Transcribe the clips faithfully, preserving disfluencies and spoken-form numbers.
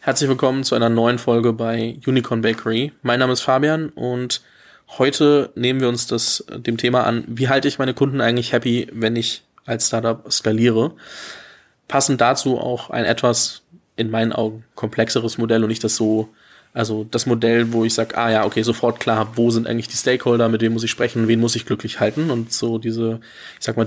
Herzlich willkommen zu einer neuen Folge bei Unicorn Bakery. Mein Name ist Fabian und heute nehmen wir uns das dem Thema an, wie halte ich meine Kunden eigentlich happy, wenn ich als Startup skaliere. Passend dazu auch ein etwas, in meinen Augen, komplexeres Modell und nicht das so, also das Modell, wo ich sage, ah ja, okay, sofort klar, wo sind eigentlich die Stakeholder, mit wem muss ich sprechen, wen muss ich glücklich halten und so diese, ich sag mal,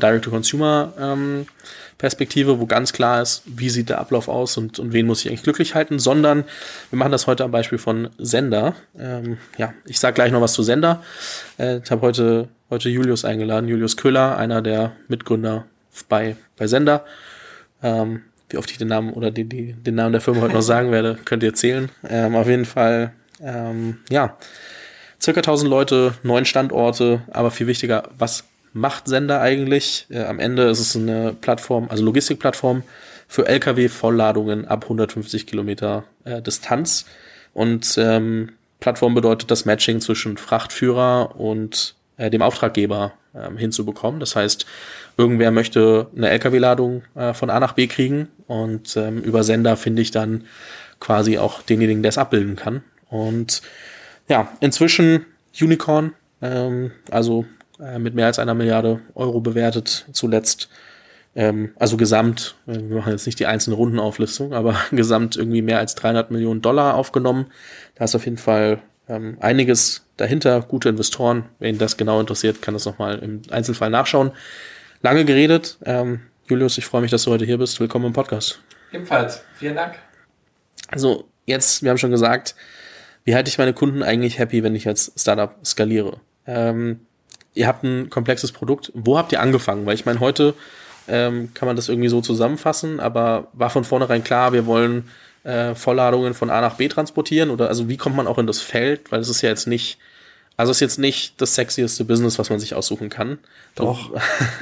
Direct-to-Consumer-Perspektive, wo ganz klar ist, wie sieht der Ablauf aus und, und wen muss ich eigentlich glücklich halten, sondern wir machen das heute am Beispiel von Sennder. Ähm, ja, ich sag gleich noch was zu Sennder. Äh, ich habe heute, heute Julius eingeladen, Julius Köhler, einer der Mitgründer bei, bei Sennder. Ähm, Wie oft ich den Namen oder die, die, den Namen der Firma heute noch sagen werde, könnt ihr erzählen. Ähm, auf jeden Fall, ähm, ja, circa tausend Leute, neun Standorte, aber viel wichtiger, was macht Sennder eigentlich? Äh, am Ende ist es eine Plattform, also Logistikplattform für L K W-Vollladungen ab hundertfünfzig Kilometer äh, Distanz. Und ähm, Plattform bedeutet das Matching zwischen Frachtführer und äh, dem Auftraggeber ähm, hinzubekommen. Das heißt, irgendwer möchte eine L K W-Ladung äh, von A nach B kriegen und ähm, über Sennder finde ich dann quasi auch denjenigen, der es abbilden kann. Und ja, inzwischen Unicorn, ähm, also äh, mit mehr als einer Milliarde Euro bewertet zuletzt. Ähm, also gesamt, äh, wir machen jetzt nicht die einzelne Rundenauflistung, aber gesamt irgendwie mehr als dreihundert Millionen Dollar aufgenommen. Da ist auf jeden Fall ähm, einiges dahinter, gute Investoren. Wen das genau interessiert, kann das nochmal im Einzelfall nachschauen. Lange geredet. Ähm, Julius, ich freue mich, dass du heute hier bist. Willkommen im Podcast. Ebenfalls. Vielen Dank. Also jetzt, wir haben schon gesagt, wie halte ich meine Kunden eigentlich happy, wenn ich als Startup skaliere? Ähm, ihr habt ein komplexes Produkt. Wo habt ihr angefangen? Weil ich meine, heute ähm, kann man das irgendwie so zusammenfassen, aber war von vornherein klar, wir wollen äh, Vollladungen von A nach B transportieren? Oder also wie kommt man auch in das Feld? Weil es ist ja jetzt nicht Also ist jetzt nicht das sexieste Business, was man sich aussuchen kann. Doch.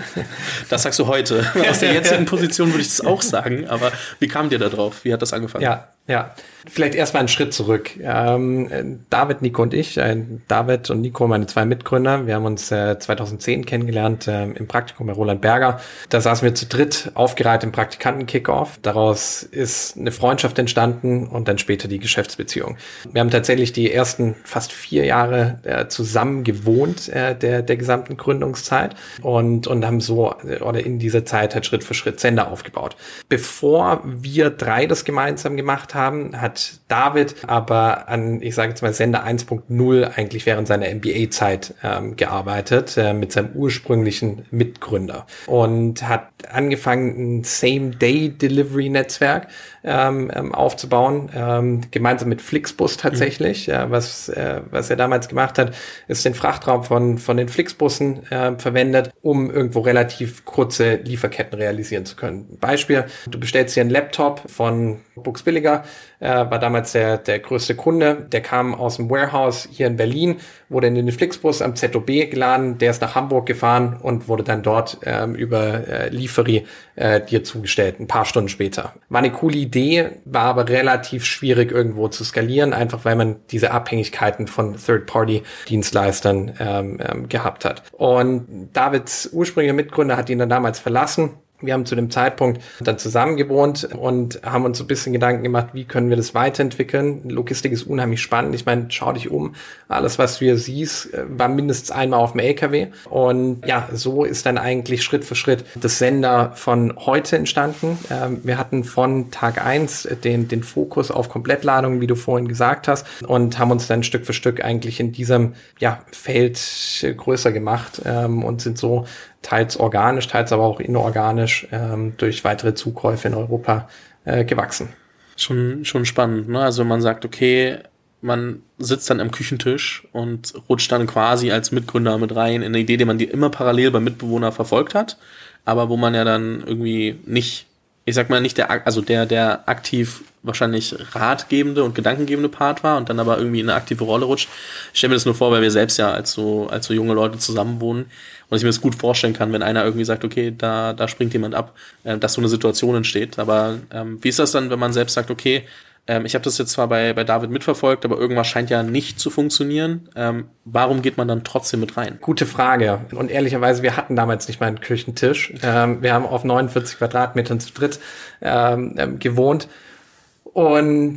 Das sagst du heute. Aus der jetzigen Position würde ich das auch sagen. Aber wie kamt ihr da drauf? Wie hat das angefangen? Ja, ja. Vielleicht erstmal einen Schritt zurück. Ähm, David, Nico und ich, äh, David und Nico, meine zwei Mitgründer, wir haben uns äh, zweitausendzehn kennengelernt äh, im Praktikum bei Roland Berger. Da saßen wir zu dritt aufgereiht im Praktikanten-Kickoff. Daraus ist eine Freundschaft entstanden und dann später die Geschäftsbeziehung. Wir haben tatsächlich die ersten fast vier Jahre äh, zusammen gewohnt, äh, der, der gesamten Gründungszeit und, und haben so oder in dieser Zeit halt Schritt für Schritt Sennder aufgebaut. Bevor wir drei das gemeinsam gemacht haben, hat David aber an, ich sage jetzt mal, Sennder eins Punkt null eigentlich während seiner M B A-Zeit ähm, gearbeitet, äh, mit seinem ursprünglichen Mitgründer und hat angefangen, ein Same-Day-Delivery-Netzwerk ähm, ähm, aufzubauen, ähm, gemeinsam mit Flixbus tatsächlich. Mhm. Ja, was, äh, was er damals gemacht hat, ist den Frachtraum von, von den Flixbussen äh, verwendet, um irgendwo relativ kurze Lieferketten realisieren zu können. Beispiel, du bestellst dir einen Laptop von Books Billiger, äh, war damals der, der größte Kunde, der kam aus dem Warehouse hier in Berlin, wurde in den Flixbus am Z O B geladen, der ist nach Hamburg gefahren und wurde dann dort ähm, über äh, Lieferi äh, dir zugestellt, ein paar Stunden später. War eine coole Idee, war aber relativ schwierig irgendwo zu skalieren, einfach weil man diese Abhängigkeiten von Third-Party-Dienstleistern ähm, ähm, gehabt hat. Und Davids ursprünglicher Mitgründer hat ihn dann damals verlassen. Wir haben zu dem Zeitpunkt dann zusammen gewohnt und haben uns so ein bisschen Gedanken gemacht, wie können wir das weiterentwickeln. Logistik ist unheimlich spannend. Ich meine, schau dich um. Alles, was du hier siehst, war mindestens einmal auf dem L K W. Und ja, so ist dann eigentlich Schritt für Schritt das Sender von heute entstanden. Wir hatten von Tag eins den, den Fokus auf Komplettladungen, wie du vorhin gesagt hast, und haben uns dann Stück für Stück eigentlich in diesem ja, Feld größer gemacht ähm, und sind so teils organisch, teils aber auch inorganisch ähm, durch weitere Zukäufe in Europa äh, gewachsen. Schon, schon spannend, ne? Also wenn man sagt, okay, man sitzt dann am Küchentisch und rutscht dann quasi als Mitgründer mit rein in eine Idee, die man die immer parallel beim Mitbewohner verfolgt hat, aber wo man ja dann irgendwie nicht, ich sag mal nicht der, also der, der aktiv wahrscheinlich ratgebende und gedankengebende Part war und dann aber irgendwie in eine aktive Rolle rutscht. Ich stelle mir das nur vor, weil wir selbst ja als so, als so junge Leute zusammenwohnen und ich mir das gut vorstellen kann, wenn einer irgendwie sagt, okay, da, da springt jemand ab, äh, dass so eine Situation entsteht. Aber ähm, wie ist das dann, wenn man selbst sagt, okay, ähm, ich habe das jetzt zwar bei, bei David mitverfolgt, aber irgendwas scheint ja nicht zu funktionieren. Ähm, warum geht man dann trotzdem mit rein? Gute Frage. Und ehrlicherweise, wir hatten damals nicht mal einen Küchentisch. Ähm, wir haben auf neunundvierzig Quadratmetern zu dritt ähm, ähm, gewohnt. Und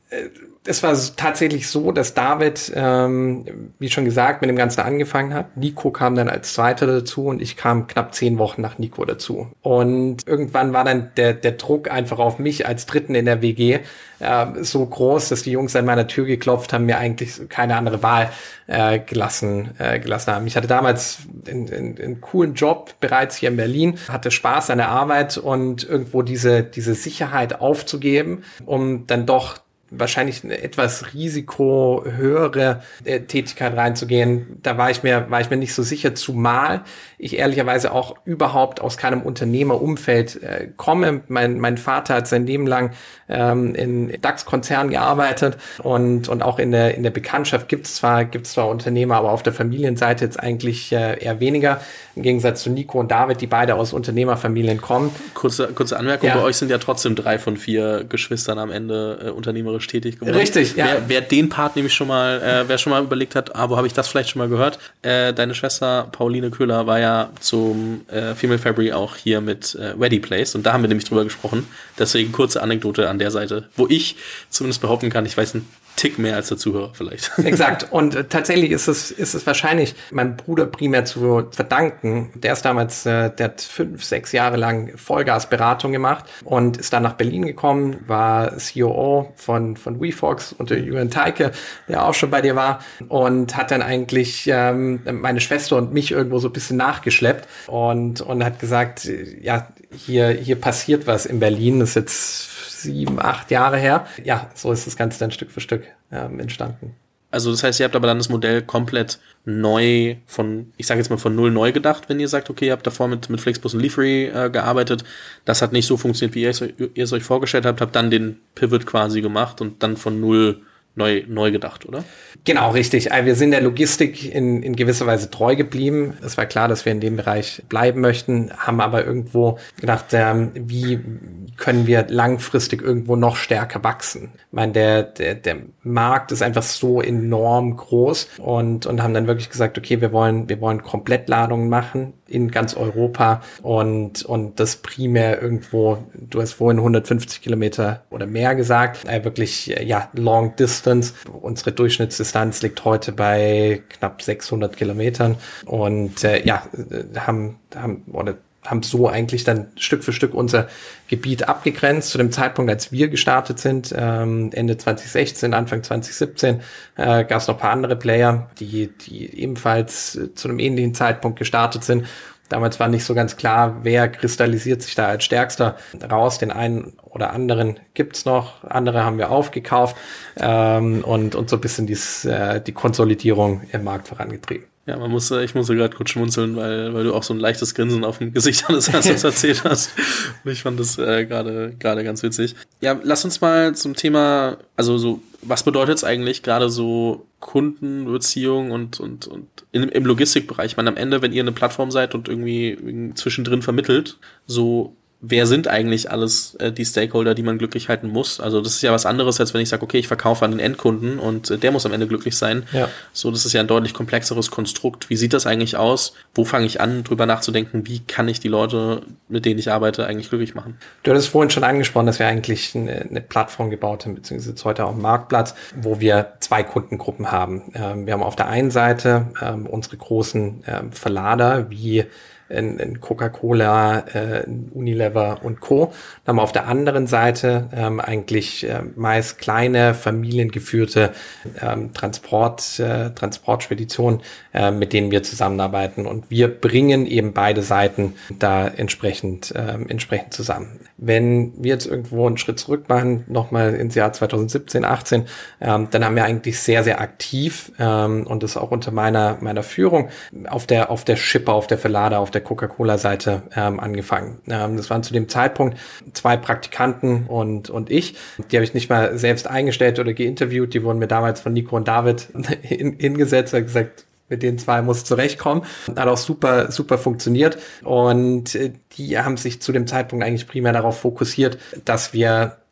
Es war tatsächlich so, dass David, ähm, wie schon gesagt, mit dem Ganzen angefangen hat. Nico kam dann als Zweiter dazu und ich kam knapp zehn Wochen nach Nico dazu. Und irgendwann war dann der, der Druck einfach auf mich als Dritten in der W G äh, so groß, dass die Jungs an meiner Tür geklopft haben, mir eigentlich keine andere Wahl äh, gelassen, äh, gelassen haben. Ich hatte damals einen, einen, einen coolen Job bereits hier in Berlin, hatte Spaß an der Arbeit und irgendwo diese, diese Sicherheit aufzugeben, um dann doch wahrscheinlich eine etwas risikohöhere äh, Tätigkeit reinzugehen. Da war ich mir, war ich mir nicht so sicher, zumal ich ehrlicherweise auch überhaupt aus keinem Unternehmerumfeld äh, komme. Mein, mein Vater hat sein Leben lang ähm, in DAX-Konzernen gearbeitet und, und auch in der, in der Bekanntschaft gibt es zwar, gibt's zwar Unternehmer, aber auf der Familienseite jetzt eigentlich äh, eher weniger. Im Gegensatz zu Nico und David, die beide aus Unternehmerfamilien kommen. Kurze, kurze Anmerkung, ja. Bei euch sind ja trotzdem drei von vier Geschwistern am Ende äh, unternehmerisch tätig geworden. Richtig, ja. Wer, wer den Part nämlich schon mal, äh, wer schon mal überlegt hat, ah, wo habe ich das vielleicht schon mal gehört? Äh, deine Schwester Pauline Köhler war ja zum äh, Female Fabry auch hier mit äh, Ready Place und da haben wir nämlich drüber gesprochen. Deswegen kurze Anekdote an der Seite, wo ich zumindest behaupten kann, ich weiß einen Tick mehr als der Zuhörer vielleicht. Exakt. Und äh, tatsächlich ist es, ist es wahrscheinlich meinem Bruder primär zu verdanken. Der ist damals, äh, der hat fünf, sechs Jahre lang Vollgasberatung gemacht und ist dann nach Berlin gekommen, war C O O von, von WeFox unter Jürgen Teike, der auch schon bei dir war und hat dann eigentlich ähm, meine Schwester und mich irgendwo so ein bisschen nachgeschleppt und, und hat gesagt, ja, hier, hier passiert was in Berlin. Das ist jetzt sieben, acht Jahre her. Ja, so ist das Ganze dann Stück für Stück ähm, entstanden. Also das heißt, ihr habt aber dann das Modell komplett neu von, ich sage jetzt mal von null neu gedacht, wenn ihr sagt, okay, ihr habt davor mit, mit Flixbus und Leafree äh, gearbeitet. Das hat nicht so funktioniert, wie ihr es, ihr es euch vorgestellt habt, habt dann den Pivot quasi gemacht und dann von null neu, neu gedacht, oder? Genau, richtig. Wir sind der Logistik in, in gewisser Weise treu geblieben. Es war klar, dass wir in dem Bereich bleiben möchten, haben aber irgendwo gedacht, ähm, wie können wir langfristig irgendwo noch stärker wachsen? Ich meine, der, der, der Markt ist einfach so enorm groß und, und haben dann wirklich gesagt, okay, wir wollen, wir wollen Komplettladungen machen in ganz Europa und, und das primär irgendwo, du hast vorhin hundertfünfzig Kilometer oder mehr gesagt, äh, wirklich, ja, Long Distance. Unsere Durchschnittsdistanz liegt heute bei knapp sechshundert Kilometern und äh, ja, haben, haben, oder haben so eigentlich dann Stück für Stück unser Gebiet abgegrenzt. Zu dem Zeitpunkt, als wir gestartet sind, ähm, Ende zwanzig sechzehn, Anfang zwanzig siebzehn, äh, gab es noch ein paar andere Player, die, die ebenfalls äh, zu einem ähnlichen Zeitpunkt gestartet sind. Damals war nicht so ganz klar, wer kristallisiert sich da als Stärkster raus. Den einen oder anderen gibt's noch, andere haben wir aufgekauft ähm, und, und so ein bisschen dies, äh, die Konsolidierung im Markt vorangetrieben. Ja, man muss, ich muss gerade kurz schmunzeln, weil, weil du auch so ein leichtes Grinsen auf dem Gesicht hattest, als du es erzählt hast. Und ich fand das äh, gerade gerade ganz witzig. Ja, lass uns mal zum Thema, also so, was bedeutet es eigentlich gerade so Kundenbeziehung und und und in, im Logistikbereich? Ich meine, am Ende, wenn ihr eine Plattform seid und irgendwie zwischendrin vermittelt, so wer sind eigentlich alles äh, die Stakeholder, die man glücklich halten muss? Also das ist ja was anderes, als wenn ich sage, okay, ich verkaufe an den Endkunden und äh, der muss am Ende glücklich sein. Ja. So, das ist ja ein deutlich komplexeres Konstrukt. Wie sieht das eigentlich aus? Wo fange ich an, drüber nachzudenken? Wie kann ich die Leute, mit denen ich arbeite, eigentlich glücklich machen? Du hattest vorhin schon angesprochen, dass wir eigentlich eine, eine Plattform gebaut haben, beziehungsweise jetzt heute auch einen Marktplatz, wo wir zwei Kundengruppen haben. Ähm, wir haben auf der einen Seite ähm, unsere großen ähm, Verlader, wie in, in Coca-Cola, äh, Unilever und Co. Dann haben wir auf der anderen Seite ähm, eigentlich äh, meist kleine, familiengeführte ähm, Transport, äh, Transportspeditionen, äh, mit denen wir zusammenarbeiten. Und wir bringen eben beide Seiten da entsprechend, äh, entsprechend zusammen. Wenn wir jetzt irgendwo einen Schritt zurück machen, nochmal ins Jahr zwanzig siebzehn, achtzehn, ähm, dann haben wir eigentlich sehr, sehr aktiv ähm, und das auch unter meiner meiner Führung auf der auf der Shipper, auf der Verlader, auf der Coca-Cola-Seite ähm, angefangen. Ähm, das waren zu dem Zeitpunkt zwei Praktikanten und und ich. Die habe ich nicht mal selbst eingestellt oder geinterviewt. Die wurden mir damals von Nico und David hin, hingesetzt und gesagt, mit den zwei muss zurechtkommen. Hat auch super, super funktioniert. Und die haben sich zu dem Zeitpunkt eigentlich primär darauf fokussiert, dass wir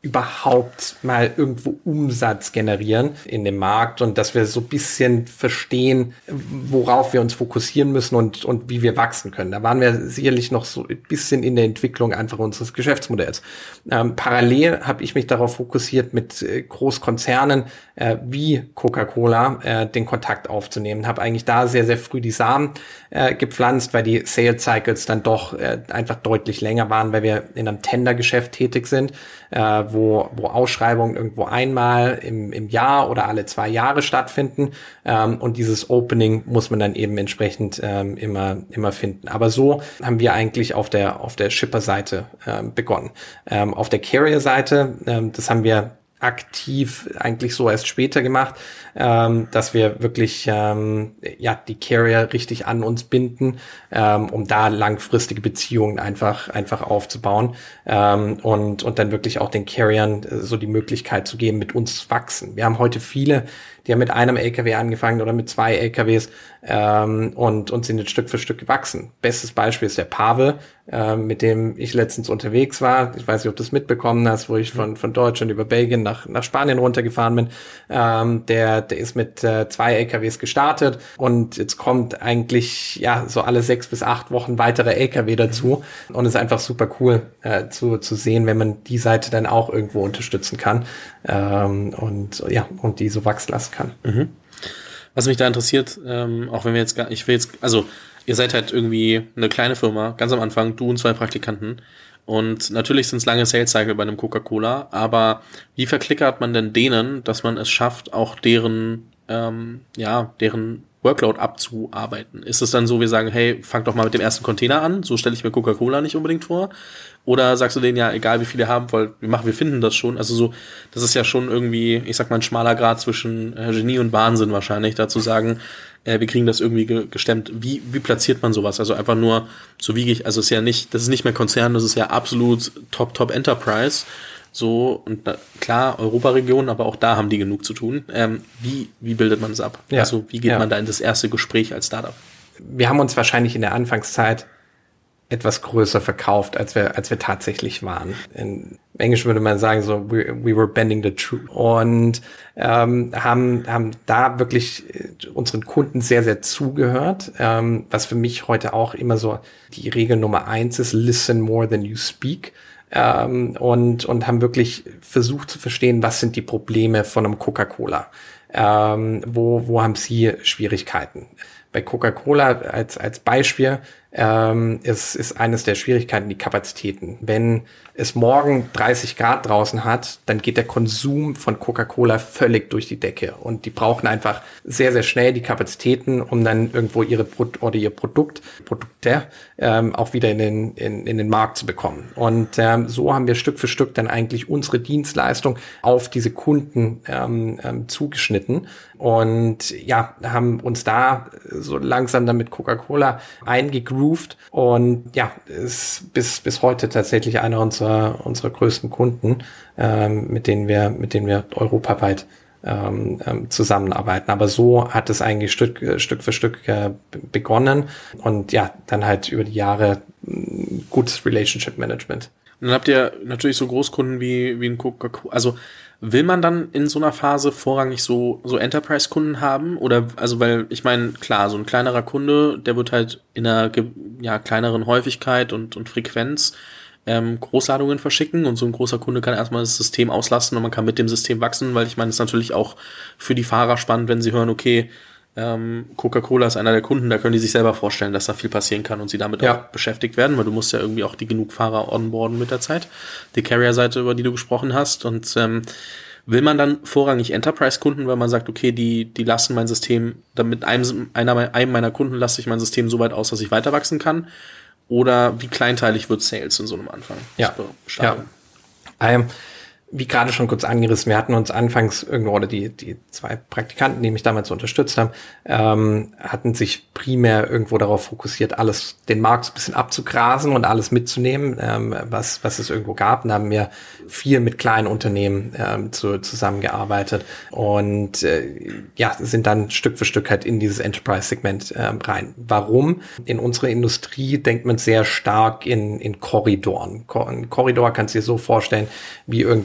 überhaupt mal irgendwo Umsatz generieren in dem Markt und dass wir so ein bisschen verstehen, worauf wir uns fokussieren müssen und, und wie wir wachsen können. Da waren wir sicherlich noch so ein bisschen in der Entwicklung einfach unseres Geschäftsmodells. Ähm, parallel habe ich mich darauf fokussiert, mit äh, Großkonzernen äh, wie Coca-Cola äh, den Kontakt aufzunehmen. Habe eigentlich da sehr, sehr früh die Samen äh, gepflanzt, weil die Sales Cycles dann doch äh, einfach deutlich länger waren, weil wir in einem Tendergeschäft tätig sind, äh, wo, wo Ausschreibungen irgendwo einmal im, im Jahr oder alle zwei Jahre stattfinden. Ähm, und dieses Opening muss man dann eben entsprechend ähm, immer, immer finden. Aber so haben wir eigentlich auf der, auf der Shipper-Seite ähm, begonnen. Ähm, auf der Carrier-Seite, ähm, das haben wir aktiv eigentlich so erst später gemacht, ähm, dass wir wirklich ähm, ja die Carrier richtig an uns binden, ähm, um da langfristige Beziehungen einfach einfach aufzubauen ähm, und und dann wirklich auch den Carriern äh, so die Möglichkeit zu geben, mit uns zu wachsen. Wir haben heute viele, die haben mit einem L K W angefangen oder mit zwei L K Ws ähm, und und sind jetzt Stück für Stück gewachsen. Bestes Beispiel ist der Pavel, äh, mit dem ich letztens unterwegs war. Ich weiß nicht, ob du das mitbekommen hast, wo ich von von Deutschland über Belgien nach nach Spanien runtergefahren bin. Ähm, der der ist mit äh, zwei L K Ws gestartet und jetzt kommt eigentlich ja so alle sechs bis acht Wochen weitere L K W dazu und ist einfach super cool äh, zu zu sehen, wenn man die Seite dann auch irgendwo unterstützen kann ähm, und ja und die so wachsen lassen kann. Mhm. Was mich da interessiert, ähm, auch wenn wir jetzt gar, ich will jetzt, also ihr seid halt irgendwie eine kleine Firma, ganz am Anfang, du und zwei Praktikanten. Und natürlich sind es lange Sales Cycle bei einem Coca-Cola, aber wie verklickert man denn denen, dass man es schafft, auch deren, ähm, ja, deren Workload abzuarbeiten? Ist es dann so, wir sagen, hey, fang doch mal mit dem ersten Container an, so stelle ich mir Coca-Cola nicht unbedingt vor? Oder sagst du denen, ja, egal wie viele ihr haben wollt, wir machen, wir finden das schon? Also so, das ist ja schon irgendwie, ich sag mal, ein schmaler Grad zwischen äh, Genie und Wahnsinn wahrscheinlich, dazu sagen, äh, wir kriegen das irgendwie ge- gestemmt. Wie, wie platziert man sowas? Also einfach nur, so wie ich, also es ist ja nicht, das ist nicht mehr Konzern, das ist ja absolut Top, Top Enterprise. So, und na, klar, Europaregion, aber auch da haben die genug zu tun. Ähm, wie, wie bildet man das ab? Ja. Also wie geht ja. man da in das erste Gespräch als Startup? Wir haben uns wahrscheinlich in der Anfangszeit etwas größer verkauft, als wir, als wir tatsächlich waren. In Englisch würde man sagen, so, we, we were bending the truth. Und ähm, haben, haben da wirklich unseren Kunden sehr, sehr zugehört. Ähm, was für mich heute auch immer so die Regel Nummer eins ist, listen more than you speak. Ähm, und, und haben wirklich versucht zu verstehen, was sind die Probleme von einem Coca-Cola? Ähm, wo, wo haben sie Schwierigkeiten? Bei Coca-Cola als, als Beispiel ähm, ist, ist eines der Schwierigkeiten die Kapazitäten. Wenn es morgen dreißig Grad draußen hat, dann geht der Konsum von Coca-Cola völlig durch die Decke. Und die brauchen einfach sehr, sehr schnell die Kapazitäten, um dann irgendwo ihre Pro- oder ihr Produkt, Produkte ähm, auch wieder in den, in, in den Markt zu bekommen. Und ähm, so haben wir Stück für Stück dann eigentlich unsere Dienstleistung auf diese Kunden ähm, ähm, zugeschnitten. Und ja, haben uns da so langsam dann mit Coca-Cola eingegroovt und ja, ist bis bis heute tatsächlich einer unserer unserer größten Kunden, ähm, mit denen wir mit denen wir europaweit ähm, ähm, zusammenarbeiten. Aber so hat es eigentlich Stück äh, Stück für Stück äh, begonnen und ja, dann halt über die Jahre äh, gutes Relationship Management. Und dann habt ihr natürlich so Großkunden wie wie ein Coca-Cola, also will man dann in so einer Phase vorrangig so so Enterprise-Kunden haben? Oder, also, weil, ich meine, klar, so ein kleinerer Kunde, der wird halt in einer ja, kleineren Häufigkeit und, und Frequenz ähm, Großladungen verschicken und so ein großer Kunde kann erstmal das System auslasten und man kann mit dem System wachsen, weil ich meine, es ist natürlich auch für die Fahrer spannend, wenn sie hören, okay, ähm, Coca-Cola ist einer der Kunden, da können die sich selber vorstellen, dass da viel passieren kann und sie damit ja. auch beschäftigt werden, weil du musst ja irgendwie auch die genug Fahrer onboarden mit der Zeit. Die Carrier-Seite, über die du gesprochen hast. Und ähm, will man dann vorrangig Enterprise-Kunden, weil man sagt, okay, die die lassen mein System, damit einem, einer, einem meiner Kunden lasse ich mein System so weit aus, dass ich weiter wachsen kann? Oder wie kleinteilig wird Sales in so einem Anfang? Ja, ja. Ähm, wie gerade schon kurz angerissen, wir hatten uns anfangs irgendwo, oder die die zwei Praktikanten, die mich damals unterstützt haben, ähm, hatten sich primär irgendwo darauf fokussiert, alles, den Markt so ein bisschen abzugrasen und alles mitzunehmen, ähm, was was es irgendwo gab. Und haben wir viel mit kleinen Unternehmen ähm, zu, zusammengearbeitet und äh, ja, sind dann Stück für Stück halt in dieses Enterprise-Segment ähm, rein. Warum? In unserer Industrie denkt man sehr stark in in Korridoren. Ein Korridor kannst du dir so vorstellen, wie irgendwo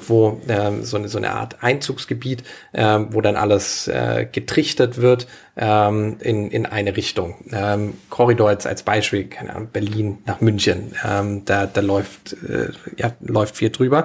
irgendwo ähm, so, eine, so eine Art Einzugsgebiet, ähm, wo dann alles äh, getrichtert wird ähm, in, in eine Richtung. Ähm, Korridor jetzt als Beispiel, keine Ahnung, Berlin nach München, ähm, da, da läuft, äh, ja, läuft viel drüber.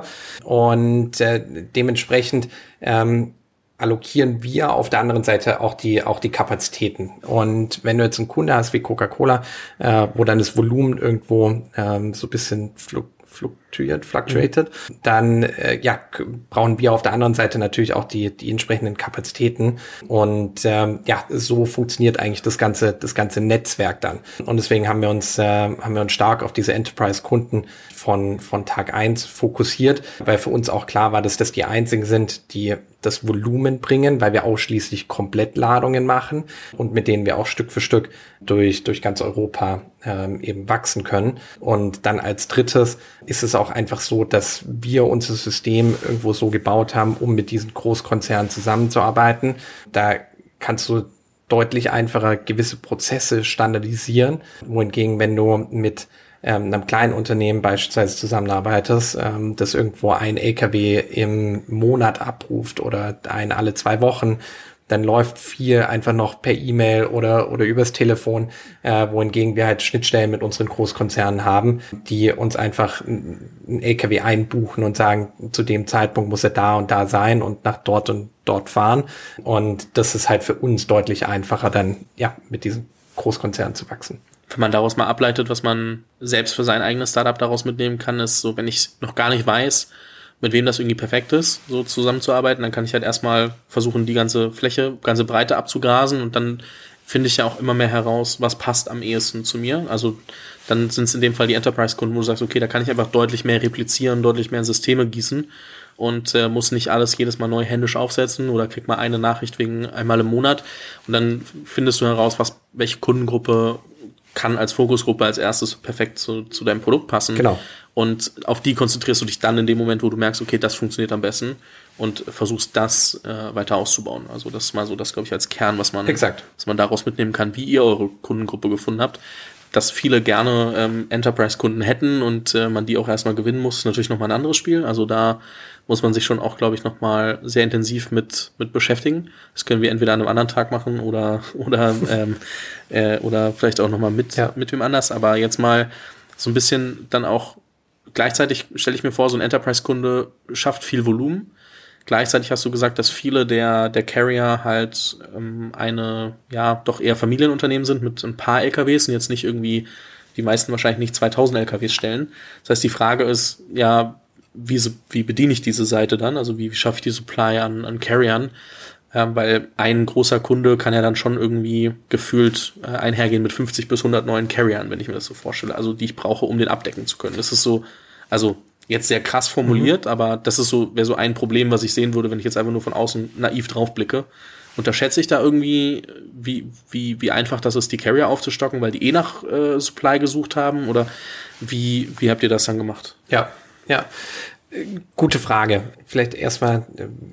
Und äh, dementsprechend ähm, allokieren wir auf der anderen Seite auch die auch die Kapazitäten. Und wenn du jetzt einen Kunde hast wie Coca-Cola, äh, wo dann das Volumen irgendwo ähm, so ein bisschen fluk fluktuiert, fluctuated, mhm. dann äh, ja brauchen wir auf der anderen Seite natürlich auch die die entsprechenden Kapazitäten. Und ähm, ja, so funktioniert eigentlich das ganze das ganze Netzwerk dann. Und deswegen haben wir uns äh, haben wir uns stark auf diese Enterprise-Kunden von von Tag eins fokussiert, weil für uns auch klar war, dass das die einzigen sind, die das Volumen bringen, weil wir ausschließlich Komplettladungen machen und mit denen wir auch Stück für Stück durch durch ganz Europa ähm, eben wachsen können. Und dann als drittes ist es auch einfach so, dass wir unser System irgendwo so gebaut haben, um mit diesen Großkonzernen zusammenzuarbeiten. Da kannst du deutlich einfacher gewisse Prozesse standardisieren, wohingegen, wenn du mit ähm, einem kleinen Unternehmen beispielsweise zusammenarbeitest, ähm, das irgendwo ein L K W im Monat abruft oder ein alle zwei Wochen, dann läuft viel einfach noch per E-Mail oder oder übers Telefon, äh, wohingegen wir halt Schnittstellen mit unseren Großkonzernen haben, die uns einfach einen L K W einbuchen und sagen, zu dem Zeitpunkt muss er da und da sein und nach dort und dort fahren. Und das ist halt für uns deutlich einfacher, dann ja mit diesen Großkonzernen zu wachsen. Wenn man daraus mal ableitet, was man selbst für sein eigenes Startup daraus mitnehmen kann, ist so, wenn ich noch gar nicht weiß, mit wem das irgendwie perfekt ist, so zusammenzuarbeiten, dann kann ich halt erstmal versuchen, die ganze Fläche, ganze Breite abzugrasen und dann finde ich ja auch immer mehr heraus, was passt am ehesten zu mir. Also dann sind es in dem Fall die Enterprise-Kunden, wo du sagst, okay, da kann ich einfach deutlich mehr replizieren, deutlich mehr in Systeme gießen und äh, muss nicht alles jedes Mal neu händisch aufsetzen oder krieg mal eine Nachricht wegen einmal im Monat und dann findest du heraus, was welche Kundengruppe kann als Fokusgruppe als erstes perfekt zu, zu deinem Produkt passen. Genau. Und auf die konzentrierst du dich dann in dem Moment, wo du merkst, okay, das funktioniert am besten und versuchst das äh, weiter auszubauen. Also das ist mal so das, glaube ich, als Kern, was man, Exakt. was man daraus mitnehmen kann, wie ihr eure Kundengruppe gefunden habt. Dass viele gerne ähm, Enterprise-Kunden hätten und äh, man die auch erstmal gewinnen muss, ist natürlich nochmal ein anderes Spiel. Also da muss man sich schon auch, glaube ich, nochmal sehr intensiv mit mit beschäftigen. Das können wir entweder an einem anderen Tag machen oder oder ähm, äh, oder vielleicht auch nochmal mit, ja. mit wem anders. Aber jetzt mal so ein bisschen dann auch gleichzeitig stelle ich mir vor, so ein Enterprise-Kunde schafft viel Volumen. Gleichzeitig hast du gesagt, dass viele der der Carrier halt ähm, eine, ja, doch eher Familienunternehmen sind mit ein paar L K Ws und jetzt nicht irgendwie, die meisten wahrscheinlich nicht zweitausend L K Ws stellen. Das heißt, die Frage ist, ja, wie, wie bediene ich diese Seite dann? Also wie, wie schaffe ich die Supply an, an Carriern? Ähm, weil ein großer Kunde kann ja dann schon irgendwie gefühlt äh, einhergehen mit fünfzig bis hundert neuen Carriern, wenn ich mir das so vorstelle. Also die ich brauche, um den abdecken zu können. Das ist so, also jetzt sehr krass formuliert, mhm. aber das ist so, wäre so ein Problem, was ich sehen würde, wenn ich jetzt einfach nur von außen naiv drauf blicke. Unterschätze ich da irgendwie, wie, wie, wie einfach das ist, die Carrier aufzustocken, weil die eh nach äh, Supply gesucht haben? Oder wie, wie habt ihr das dann gemacht? Ja, ja. Gute Frage. Vielleicht erstmal,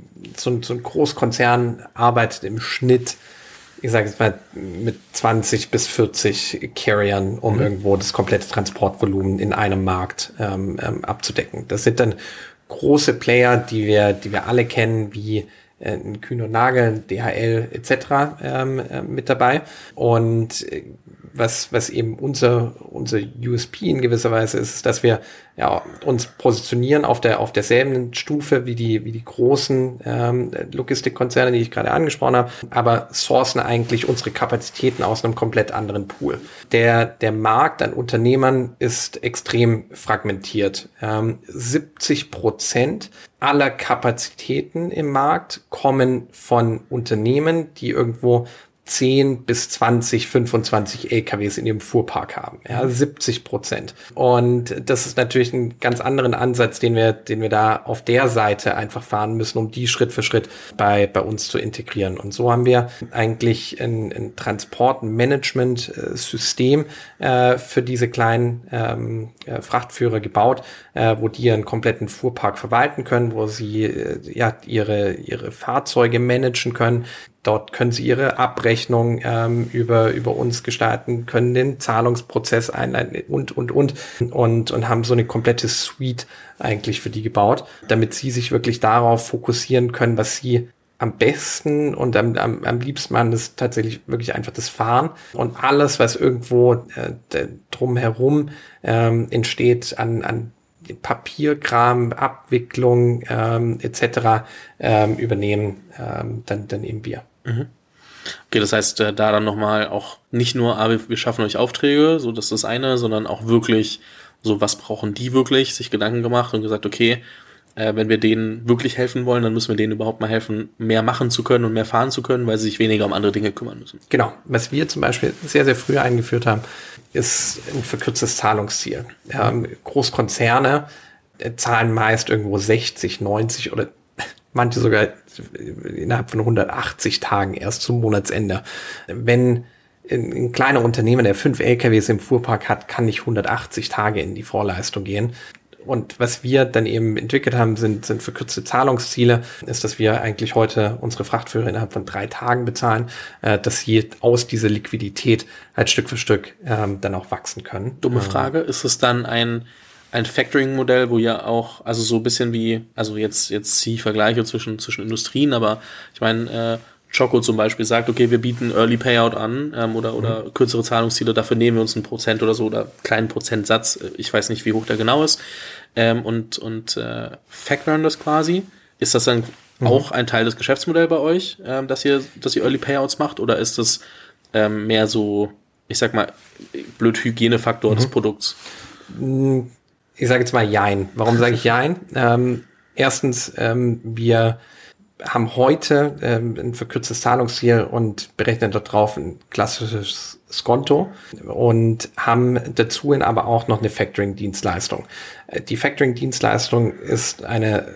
so, so ein Großkonzern arbeitet im Schnitt, ich sage jetzt mal, mit zwanzig bis vierzig Carriern, um mhm. irgendwo das komplette Transportvolumen in einem Markt ähm, ähm, abzudecken. Das sind dann große Player, die wir, die wir alle kennen, wie äh, Kühn und Nagel, D H L et cetera ähm, äh, mit dabei. Und äh, was, was eben unser, unser U S P in gewisser Weise ist, ist, dass wir ja, uns positionieren auf der, auf derselben Stufe wie die, wie die großen ähm, Logistikkonzerne, die ich gerade angesprochen habe, aber sourcen eigentlich unsere Kapazitäten aus einem komplett anderen Pool. Der, der Markt an Unternehmern ist extrem fragmentiert. Ähm, siebzig Prozent aller Kapazitäten im Markt kommen von Unternehmen, die irgendwo zehn bis zwanzig, fünfundzwanzig L K Ws in ihrem Fuhrpark haben. Ja, siebzig Prozent. Und das ist natürlich ein ganz anderen Ansatz, den wir, den wir da auf der Seite einfach fahren müssen, um die Schritt für Schritt bei, bei uns zu integrieren. Und so haben wir eigentlich ein, ein Transportmanagement-System äh, für diese kleinen ähm, äh, Frachtführer gebaut, äh, wo die einen kompletten Fuhrpark verwalten können, wo sie äh, ja ihre, ihre Fahrzeuge managen können, Dort können Sie Ihre Abrechnung ähm, über über uns gestalten, können den Zahlungsprozess einleiten und, und, und, und, und haben so eine komplette Suite eigentlich für die gebaut, damit Sie sich wirklich darauf fokussieren können, was Sie am besten und am, am, am liebsten machen, ist tatsächlich wirklich einfach das Fahren. Und alles, was irgendwo äh, drumherum ähm, entsteht an, an Papierkram, Abwicklung ähm, et cetera ähm, übernehmen, ähm, dann, dann eben wir. Mhm. Okay, das heißt, äh, da dann nochmal auch nicht nur, ah, wir, wir schaffen euch Aufträge, so das ist das eine, sondern auch wirklich so, was brauchen die wirklich, sich Gedanken gemacht und gesagt, okay, äh, wenn wir denen wirklich helfen wollen, dann müssen wir denen überhaupt mal helfen, mehr machen zu können und mehr fahren zu können, weil sie sich weniger um andere Dinge kümmern müssen. Genau. Was wir zum Beispiel sehr, sehr früh eingeführt haben, ist ein verkürztes Zahlungsziel. Ähm, Großkonzerne äh, zahlen meist irgendwo sechzig, neunzig oder manche sogar innerhalb von hundertachtzig Tagen erst zum Monatsende. Wenn ein, ein kleiner Unternehmen, der fünf L K Ws im Fuhrpark hat, kann nicht hundertachtzig Tage in die Vorleistung gehen. Und was wir dann eben entwickelt haben, sind, sind verkürzte Zahlungsziele, ist, dass wir eigentlich heute unsere Frachtführer innerhalb von drei Tagen bezahlen, äh, dass sie aus dieser Liquidität halt Stück für Stück ähm, dann auch wachsen können. Dumme Frage, ist es dann ein ein Factoring-Modell, wo ja auch, also so ein bisschen wie, also jetzt jetzt ziehe ich Vergleiche zwischen zwischen Industrien, aber ich meine, äh, Choco zum Beispiel sagt, okay, wir bieten Early Payout an ähm, oder oder mhm. kürzere Zahlungsziele, dafür nehmen wir uns einen Prozent oder so oder kleinen Prozentsatz, ich weiß nicht, wie hoch der genau ist, ähm, und und äh, factoren das quasi. Ist das dann mhm. auch ein Teil des Geschäftsmodells bei euch, ähm, dass ihr dass ihr Early Payouts macht, oder ist das ähm, mehr so, ich sag mal, blöd Hygienefaktor mhm. des Produkts? Ich sage jetzt mal Jein. Warum sage ich Jein? ähm, erstens, ähm, wir haben heute ähm, ein verkürztes Zahlungsziel und berechnen dort drauf ein klassisches Skonto und haben dazu aber auch noch eine Factoring-Dienstleistung. Die Factoring-Dienstleistung ist eine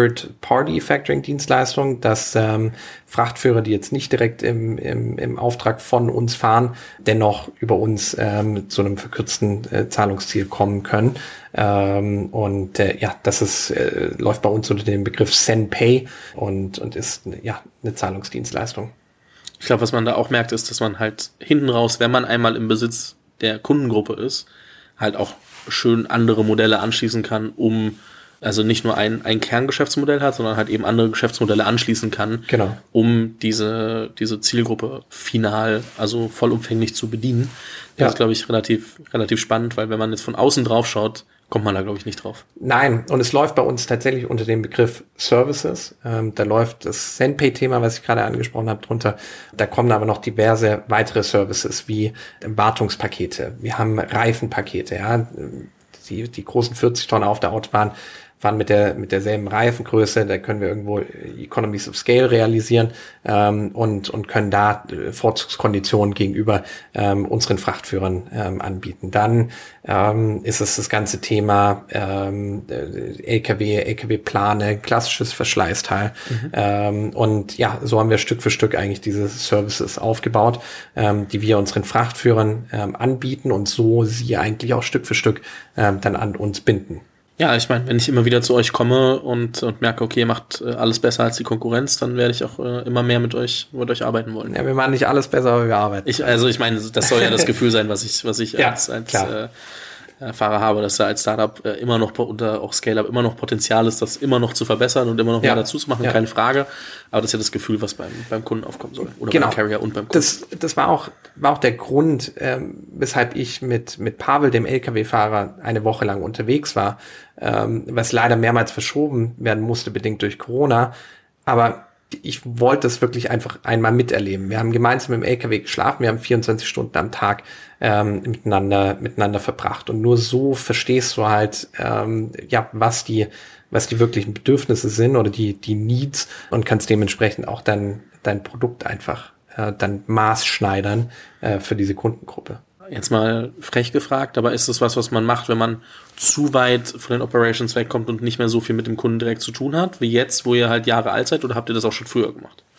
Third-Party-Factoring-Dienstleistung, dass ähm, Frachtführer, die jetzt nicht direkt im, im, im Auftrag von uns fahren, dennoch über uns ähm, zu einem verkürzten äh, Zahlungsziel kommen können. Ähm, und äh, ja, das ist äh, läuft bei uns unter dem Begriff SendPay und und ist ja eine Zahlungsdienstleistung. Ich glaube, was man da auch merkt, ist, dass man halt hinten raus, wenn man einmal im Besitz der Kundengruppe ist, halt auch schön andere Modelle anschließen kann, um, also nicht nur ein, ein Kerngeschäftsmodell hat, sondern halt eben andere Geschäftsmodelle anschließen kann, genau, um diese, diese Zielgruppe final, also vollumfänglich zu bedienen. Das ja. ist, glaube ich, relativ, relativ spannend, weil wenn man jetzt von außen drauf schaut, kommt man da, glaube ich, nicht drauf. Nein, und es läuft bei uns tatsächlich unter dem Begriff Services. Ähm, da läuft das SendPay-Thema, was ich gerade angesprochen habe, drunter. Da kommen aber noch diverse weitere Services wie Wartungspakete. Wir haben Reifenpakete, ja. Die, die großen vierzig Tonnen auf der Autobahn fahren mit der mit derselben Reifengröße, da können wir irgendwo Economies of Scale realisieren ähm, und und können da äh, Vorzugskonditionen gegenüber ähm, unseren Frachtführern ähm, anbieten. Dann ähm, ist es das ganze Thema ähm, L K W, L K W-Plane, klassisches Verschleißteil. Mhm. Ähm, und ja, so haben wir Stück für Stück eigentlich diese Services aufgebaut, ähm, die wir unseren Frachtführern ähm, anbieten und so sie eigentlich auch Stück für Stück ähm, dann an uns binden. Ja, ich meine, wenn ich immer wieder zu euch komme und, und merke, okay, ihr macht äh, alles besser als die Konkurrenz, dann werde ich auch äh, immer mehr mit euch mit euch arbeiten wollen. Ja, wir machen nicht alles besser, aber wir arbeiten. Ich, also ich meine, das soll ja das Gefühl sein, was ich was ich ja, als, als äh, Fahrer habe, dass da als Startup äh, immer noch unter auch Scale-Up immer noch Potenzial ist, das immer noch zu verbessern und immer noch ja. mehr dazu zu machen, ja. keine Frage. Aber das ist ja das Gefühl, was beim beim Kunden aufkommen soll oder genau. beim Carrier und beim Kunden. Das das war auch war auch der Grund, ähm, weshalb ich mit mit Pavel, dem L K W-Fahrer, eine Woche lang unterwegs war, ähm, was leider mehrmals verschoben werden musste bedingt durch Corona. Aber ich wollte es wirklich einfach einmal miterleben. Wir haben gemeinsam im L K W geschlafen, wir haben vierundzwanzig Stunden am Tag ähm, miteinander miteinander verbracht und nur so verstehst du halt ähm, ja was die was die wirklichen Bedürfnisse sind oder die die Needs und kannst dementsprechend auch dann dein Produkt einfach äh, dann maßschneidern äh, für diese Kundengruppe. Jetzt mal frech gefragt, aber ist das was, was man macht, wenn man zu weit von den Operations wegkommt und nicht mehr so viel mit dem Kunden direkt zu tun hat, wie jetzt, wo ihr halt Jahre alt seid, oder habt ihr das auch schon früher gemacht?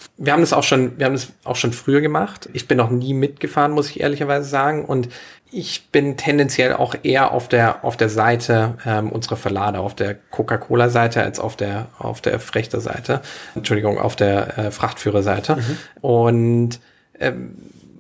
Wir haben das auch schon, wir haben das auch schon früher gemacht. Ich bin noch nie mitgefahren, muss ich ehrlicherweise sagen. Und ich bin tendenziell auch eher auf der auf der Seite ähm, unserer Verlader, auf der Coca-Cola-Seite als auf der auf der Frechterseite. Entschuldigung, auf der äh, Frachtführerseite. Mhm. Und ähm,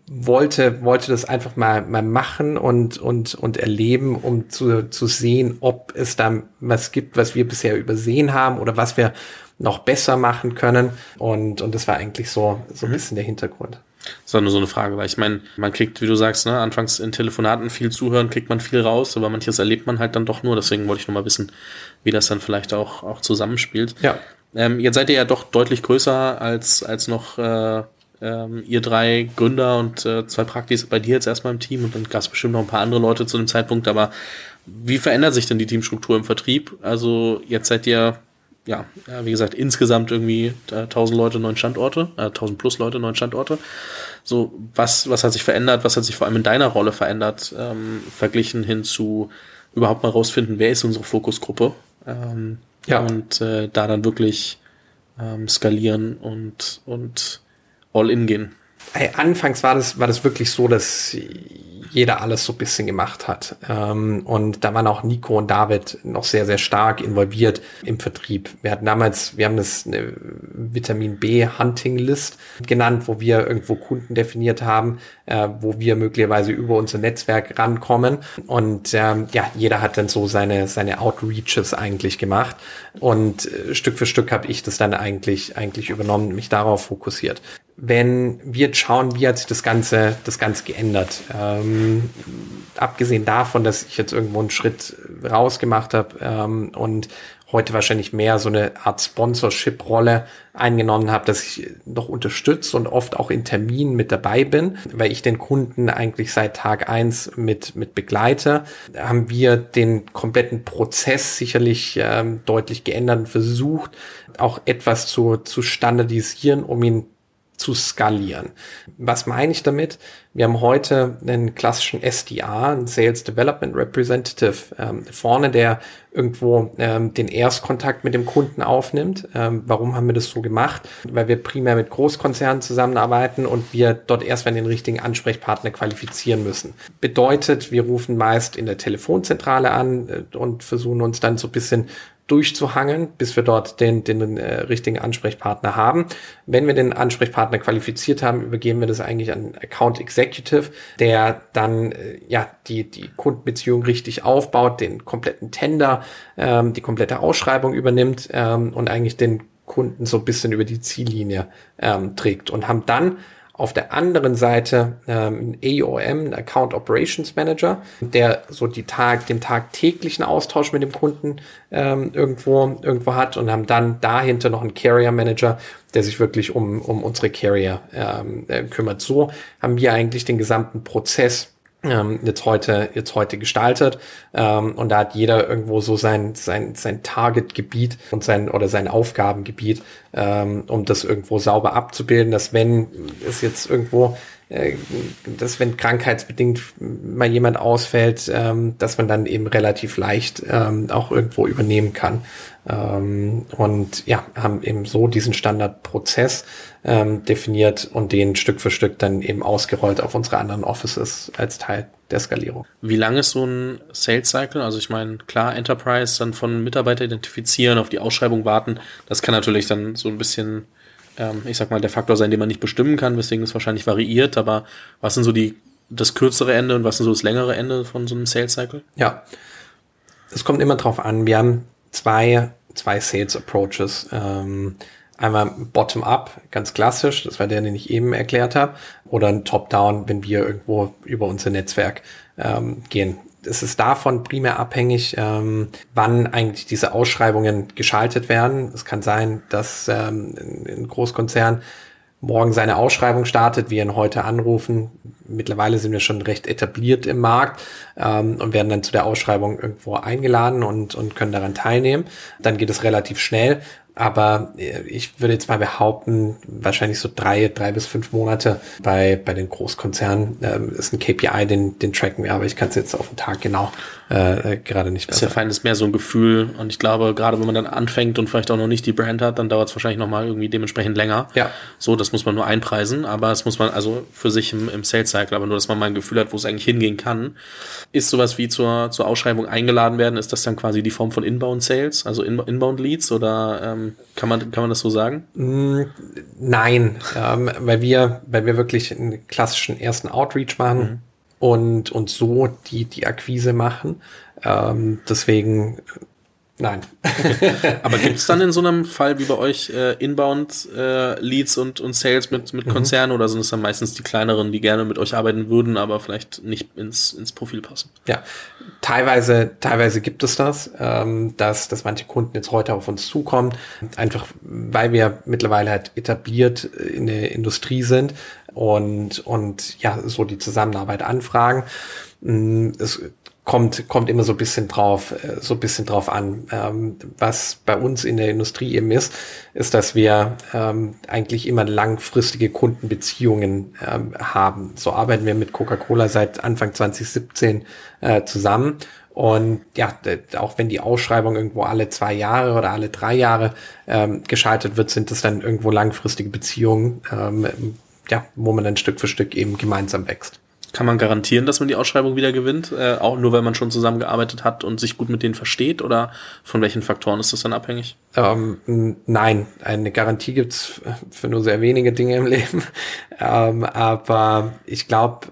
wollte wollte das einfach mal mal machen und und und erleben, um zu zu sehen, ob es da was gibt, was wir bisher übersehen haben oder was wir noch besser machen können. Und und das war eigentlich so so ein mhm. bisschen der Hintergrund. Das war nur so eine Frage, weil ich meine, man kriegt, wie du sagst, ne, anfangs in Telefonaten viel zuhören, kriegt man viel raus, aber manches erlebt man halt dann doch nur. Deswegen wollte ich noch mal wissen, wie das dann vielleicht auch auch zusammenspielt. Ja. Ähm, jetzt seid ihr ja doch deutlich größer als als noch äh, ähm, ihr drei Gründer und äh, zwei Praktis bei dir jetzt erstmal im Team und dann gab es bestimmt noch ein paar andere Leute zu dem Zeitpunkt. Aber wie verändert sich denn die Teamstruktur im Vertrieb? Also jetzt seid ihr ja, wie gesagt, insgesamt irgendwie äh, tausend Leute, neun Standorte, äh, tausend plus Leute, neun Standorte. So, was, was hat sich verändert? Was hat sich vor allem in deiner Rolle verändert, ähm, verglichen hin zu überhaupt mal rausfinden, wer ist unsere Fokusgruppe? Ähm, ja. Und äh, da dann wirklich ähm, skalieren und, und all in gehen. Hey, anfangs war das, war das wirklich so, dass jeder alles so ein bisschen gemacht hat. Ähm, und da waren auch Nico und David noch sehr, sehr stark involviert im Vertrieb. Wir hatten damals, wir haben das eine Vitamin B Hunting List genannt, wo wir irgendwo Kunden definiert haben, äh, wo wir möglicherweise über unser Netzwerk rankommen. Und ähm, ja, jeder hat dann so seine, seine Outreaches eigentlich gemacht. Und äh, Stück für Stück habe ich das dann eigentlich, eigentlich übernommen, mich darauf fokussiert. Wenn wir jetzt schauen, wie hat sich das Ganze, das Ganze geändert? Ähm, abgesehen davon, dass ich jetzt irgendwo einen Schritt rausgemacht habe ähm, und heute wahrscheinlich mehr so eine Art Sponsorship-Rolle eingenommen habe, dass ich noch unterstütze und oft auch in Terminen mit dabei bin, weil ich den Kunden eigentlich seit Tag eins mit mit begleite, haben wir den kompletten Prozess sicherlich ähm, deutlich geändert und versucht, auch etwas zu, zu standardisieren, um ihn zu skalieren. Was meine ich damit? Wir haben heute einen klassischen S D R, einen Sales Development Representative, ähm, vorne, der irgendwo ähm, den Erstkontakt mit dem Kunden aufnimmt. Ähm, warum haben wir das so gemacht? Weil wir primär mit Großkonzernen zusammenarbeiten und wir dort erstmal den richtigen Ansprechpartner qualifizieren müssen. Bedeutet, wir rufen meist in der Telefonzentrale an äh, und versuchen uns dann so ein bisschen durchzuhangeln, bis wir dort den, den äh, richtigen Ansprechpartner haben. Wenn wir den Ansprechpartner qualifiziert haben, übergeben wir das eigentlich an Account Executive, der dann äh, ja die die Kundenbeziehung richtig aufbaut, den kompletten Tender, ähm, die komplette Ausschreibung übernimmt ähm, und eigentlich den Kunden so ein bisschen über die Ziellinie ähm, trägt und haben dann auf der anderen Seite ähm, A O M, ein Account Operations Manager, der so die Tag, den tagtäglichen Austausch mit dem Kunden ähm, irgendwo irgendwo hat und haben dann dahinter noch einen Carrier Manager, der sich wirklich um um unsere Carrier ähm, äh, kümmert. So haben wir eigentlich den gesamten Prozess ähm, jetzt heute jetzt heute gestaltet ähm, und da hat jeder irgendwo so sein sein sein Targetgebiet und sein oder sein Aufgabengebiet, ähm, um das irgendwo sauber abzubilden, dass wenn es jetzt irgendwo äh, dass wenn krankheitsbedingt mal jemand ausfällt, ähm, dass man dann eben relativ leicht ähm, auch irgendwo übernehmen kann. Ähm, und ja, haben eben so diesen Standardprozess ähm, definiert und den Stück für Stück dann eben ausgerollt auf unsere anderen Offices als Teil der Skalierung. Wie lang ist so ein Sales Cycle? Also ich meine, klar, Enterprise, dann von Mitarbeiter identifizieren, auf die Ausschreibung warten, das kann natürlich dann so ein bisschen, ähm, ich sag mal, der Faktor sein, den man nicht bestimmen kann, weswegen es wahrscheinlich variiert, aber was sind so die das kürzere Ende und was sind so das längere Ende von so einem Sales Cycle? Ja, es kommt immer drauf an. Wir haben zwei, zwei Sales Approaches. Ähm, einmal Bottom-up, ganz klassisch, das war der, den ich eben erklärt habe, oder ein Top-down, wenn wir irgendwo über unser Netzwerk ähm, gehen. Es ist davon primär abhängig, ähm, wann eigentlich diese Ausschreibungen geschaltet werden. Es kann sein, dass ähm, ein Großkonzern morgen seine Ausschreibung startet, wir ihn heute anrufen. Mittlerweile sind wir schon recht etabliert im Markt ähm, und werden dann zu der Ausschreibung irgendwo eingeladen und, und können daran teilnehmen. Dann geht es relativ schnell. Aber ich würde jetzt mal behaupten, wahrscheinlich so drei, drei bis fünf Monate bei, bei den Großkonzernen ähm, ist ein K P I, den, den tracken wir, aber ich kann es jetzt auf den Tag genau äh, gerade nicht mehr sagen. Ist ja fein, ist mehr so ein Gefühl und ich glaube, gerade wenn man dann anfängt und vielleicht auch noch nicht die Brand hat, dann dauert es wahrscheinlich nochmal irgendwie dementsprechend länger. Ja. So, das muss man nur einpreisen, aber das muss man also für sich im, im Sales-Cycle, aber nur, dass man mal ein Gefühl hat, wo es eigentlich hingehen kann. Ist sowas wie zur, zur Ausschreibung eingeladen werden, ist das dann quasi die Form von Inbound-Sales, also In- Inbound-Leads oder ähm, kann man, kann man das so sagen? Nein, ähm, weil wir, weil wir wirklich einen klassischen ersten Outreach machen mhm. und, und so die, die Akquise machen. Ähm, deswegen, nein. Okay. Aber gibt es dann in so einem Fall wie bei euch äh, Inbound-Leads äh, und, und Sales mit, mit Konzernen mhm. oder sind es dann meistens die kleineren, die gerne mit euch arbeiten würden, aber vielleicht nicht ins, ins Profil passen? Ja, teilweise, teilweise gibt es das, ähm, dass, dass manche Kunden jetzt heute auf uns zukommen, einfach weil wir mittlerweile halt etabliert in der Industrie sind und, und ja, so die Zusammenarbeit anfragen. Es kommt kommt immer so ein bisschen drauf so ein bisschen drauf an. Ähm, was bei uns in der Industrie eben ist, ist, dass wir ähm, eigentlich immer langfristige Kundenbeziehungen ähm, haben. So arbeiten wir mit Coca-Cola seit Anfang zwanzig siebzehn äh, zusammen. Und ja, auch wenn die Ausschreibung irgendwo alle zwei Jahre oder alle drei Jahre ähm, geschaltet wird, sind es dann irgendwo langfristige Beziehungen, ähm, ja, wo man dann Stück für Stück eben gemeinsam wächst. Kann man garantieren, dass man die Ausschreibung wieder gewinnt? Äh, auch nur, weil man schon zusammengearbeitet hat und sich gut mit denen versteht? Oder von welchen Faktoren ist das dann abhängig? Ähm, nein, eine Garantie gibt's für nur sehr wenige Dinge im Leben. ähm, aber ich glaube,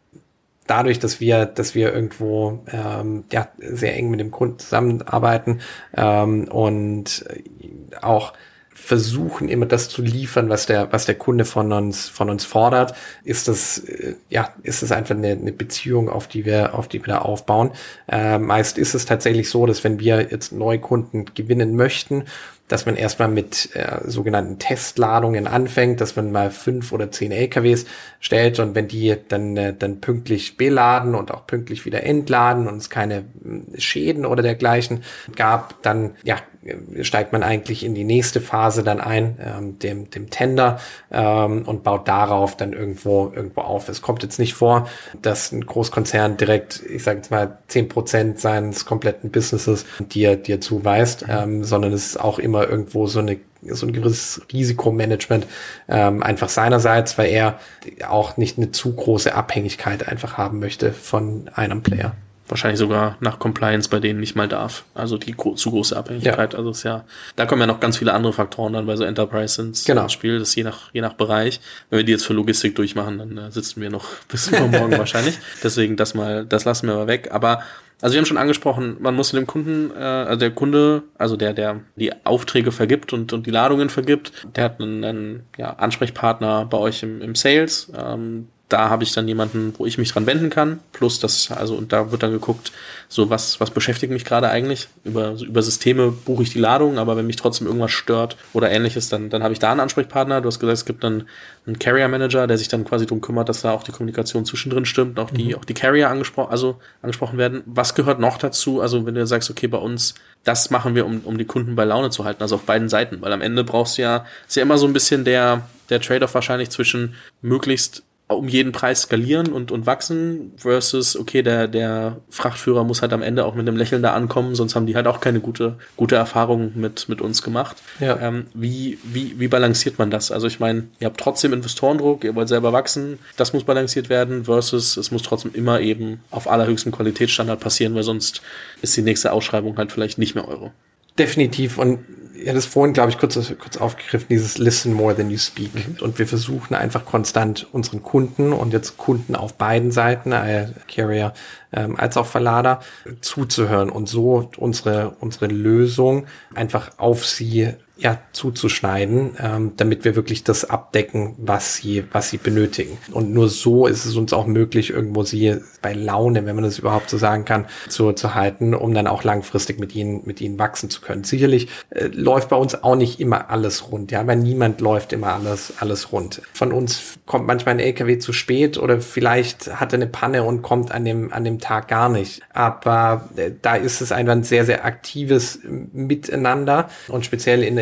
dadurch, dass wir, dass wir irgendwo ähm, ja sehr eng mit dem Kunden zusammenarbeiten ähm, und auch versuchen immer das zu liefern, was der was der Kunde von uns von uns fordert, ist das äh, ja ist es einfach eine, eine Beziehung, auf die wir auf die wir da aufbauen. Äh, meist ist es tatsächlich so, dass wenn wir jetzt neue Kunden gewinnen möchten, dass man erstmal mit äh, sogenannten Testladungen anfängt, dass man mal fünf oder zehn L K Ws stellt und wenn die dann äh, dann pünktlich beladen und auch pünktlich wieder entladen und es keine äh, Schäden oder dergleichen gab, dann ja steigt man eigentlich in die nächste Phase dann ein, ähm, dem dem Tender ähm, und baut darauf dann irgendwo irgendwo auf. Es kommt jetzt nicht vor, dass ein Großkonzern direkt, ich sage jetzt mal zehn Prozent seines kompletten Businesses dir dir zuweist, ähm, sondern es ist auch immer irgendwo so eine so ein gewisses Risikomanagement ähm, einfach seinerseits, weil er auch nicht eine zu große Abhängigkeit einfach haben möchte von einem Player. Wahrscheinlich sogar nach Compliance bei denen nicht mal darf. Also die gro- zu große Abhängigkeit. Ja. Also ist ja, da kommen ja noch ganz viele andere Faktoren dann bei so Enterprise ins, genau. ins Spiel. Das ist je nach, je nach Bereich. Wenn wir die jetzt für Logistik durchmachen, dann äh, sitzen wir noch bis übermorgen wahrscheinlich. Deswegen das mal, das lassen wir mal weg. Aber also wir haben schon angesprochen, man muss dem Kunden, äh, also der Kunde, also der, der die Aufträge vergibt und, und die Ladungen vergibt, der hat einen, einen ja, Ansprechpartner bei euch im, im Sales. Ähm, Da habe ich dann jemanden, wo ich mich dran wenden kann. Plus das, also, und da wird dann geguckt, so was, was beschäftigt mich gerade eigentlich? Über, über Systeme buche ich die Ladung, aber wenn mich trotzdem irgendwas stört oder ähnliches, dann, dann habe ich da einen Ansprechpartner. Du hast gesagt, es gibt dann einen Carrier Manager, der sich dann quasi darum kümmert, dass da auch die Kommunikation zwischendrin stimmt, auch die, mhm. auch die Carrier angesprochen, also angesprochen werden. Was gehört noch dazu? Also, wenn du sagst, okay, bei uns, das machen wir, um, um die Kunden bei Laune zu halten, also auf beiden Seiten, weil am Ende brauchst du ja, ist ja immer so ein bisschen der, der Trade-off wahrscheinlich zwischen möglichst um jeden Preis skalieren und, und wachsen versus, okay, der, der Frachtführer muss halt am Ende auch mit einem Lächeln da ankommen, sonst haben die halt auch keine gute, gute Erfahrung mit, mit uns gemacht. Ja. Ähm, wie, wie, wie balanciert man das? Also ich meine, ihr habt trotzdem Investorendruck, ihr wollt selber wachsen, das muss balanciert werden versus es muss trotzdem immer eben auf allerhöchstem Qualitätsstandard passieren, weil sonst ist die nächste Ausschreibung halt vielleicht nicht mehr eure. Definitiv. Und ich hatte es vorhin, glaube ich, kurz, kurz aufgegriffen, dieses Listen more than you speak. Mhm. Und wir versuchen einfach konstant unseren Kunden und jetzt Kunden auf beiden Seiten, äh, Carrier ähm, als auch Verlader, zuzuhören und so unsere, unsere Lösung einfach auf sie ja zuzuschneiden, ähm, damit wir wirklich das abdecken, was sie, was sie benötigen. Und nur so ist es uns auch möglich, irgendwo sie bei Laune, wenn man das überhaupt so sagen kann, zu, zu halten, um dann auch langfristig mit ihnen, mit ihnen wachsen zu können. Sicherlich äh, läuft bei uns auch nicht immer alles rund, ja, weil niemand läuft immer alles, alles rund. Von uns kommt manchmal ein L K W zu spät oder vielleicht hat er eine Panne und kommt an dem, an dem Tag gar nicht. Aber äh, da ist es einfach ein sehr, sehr aktives Miteinander und speziell in der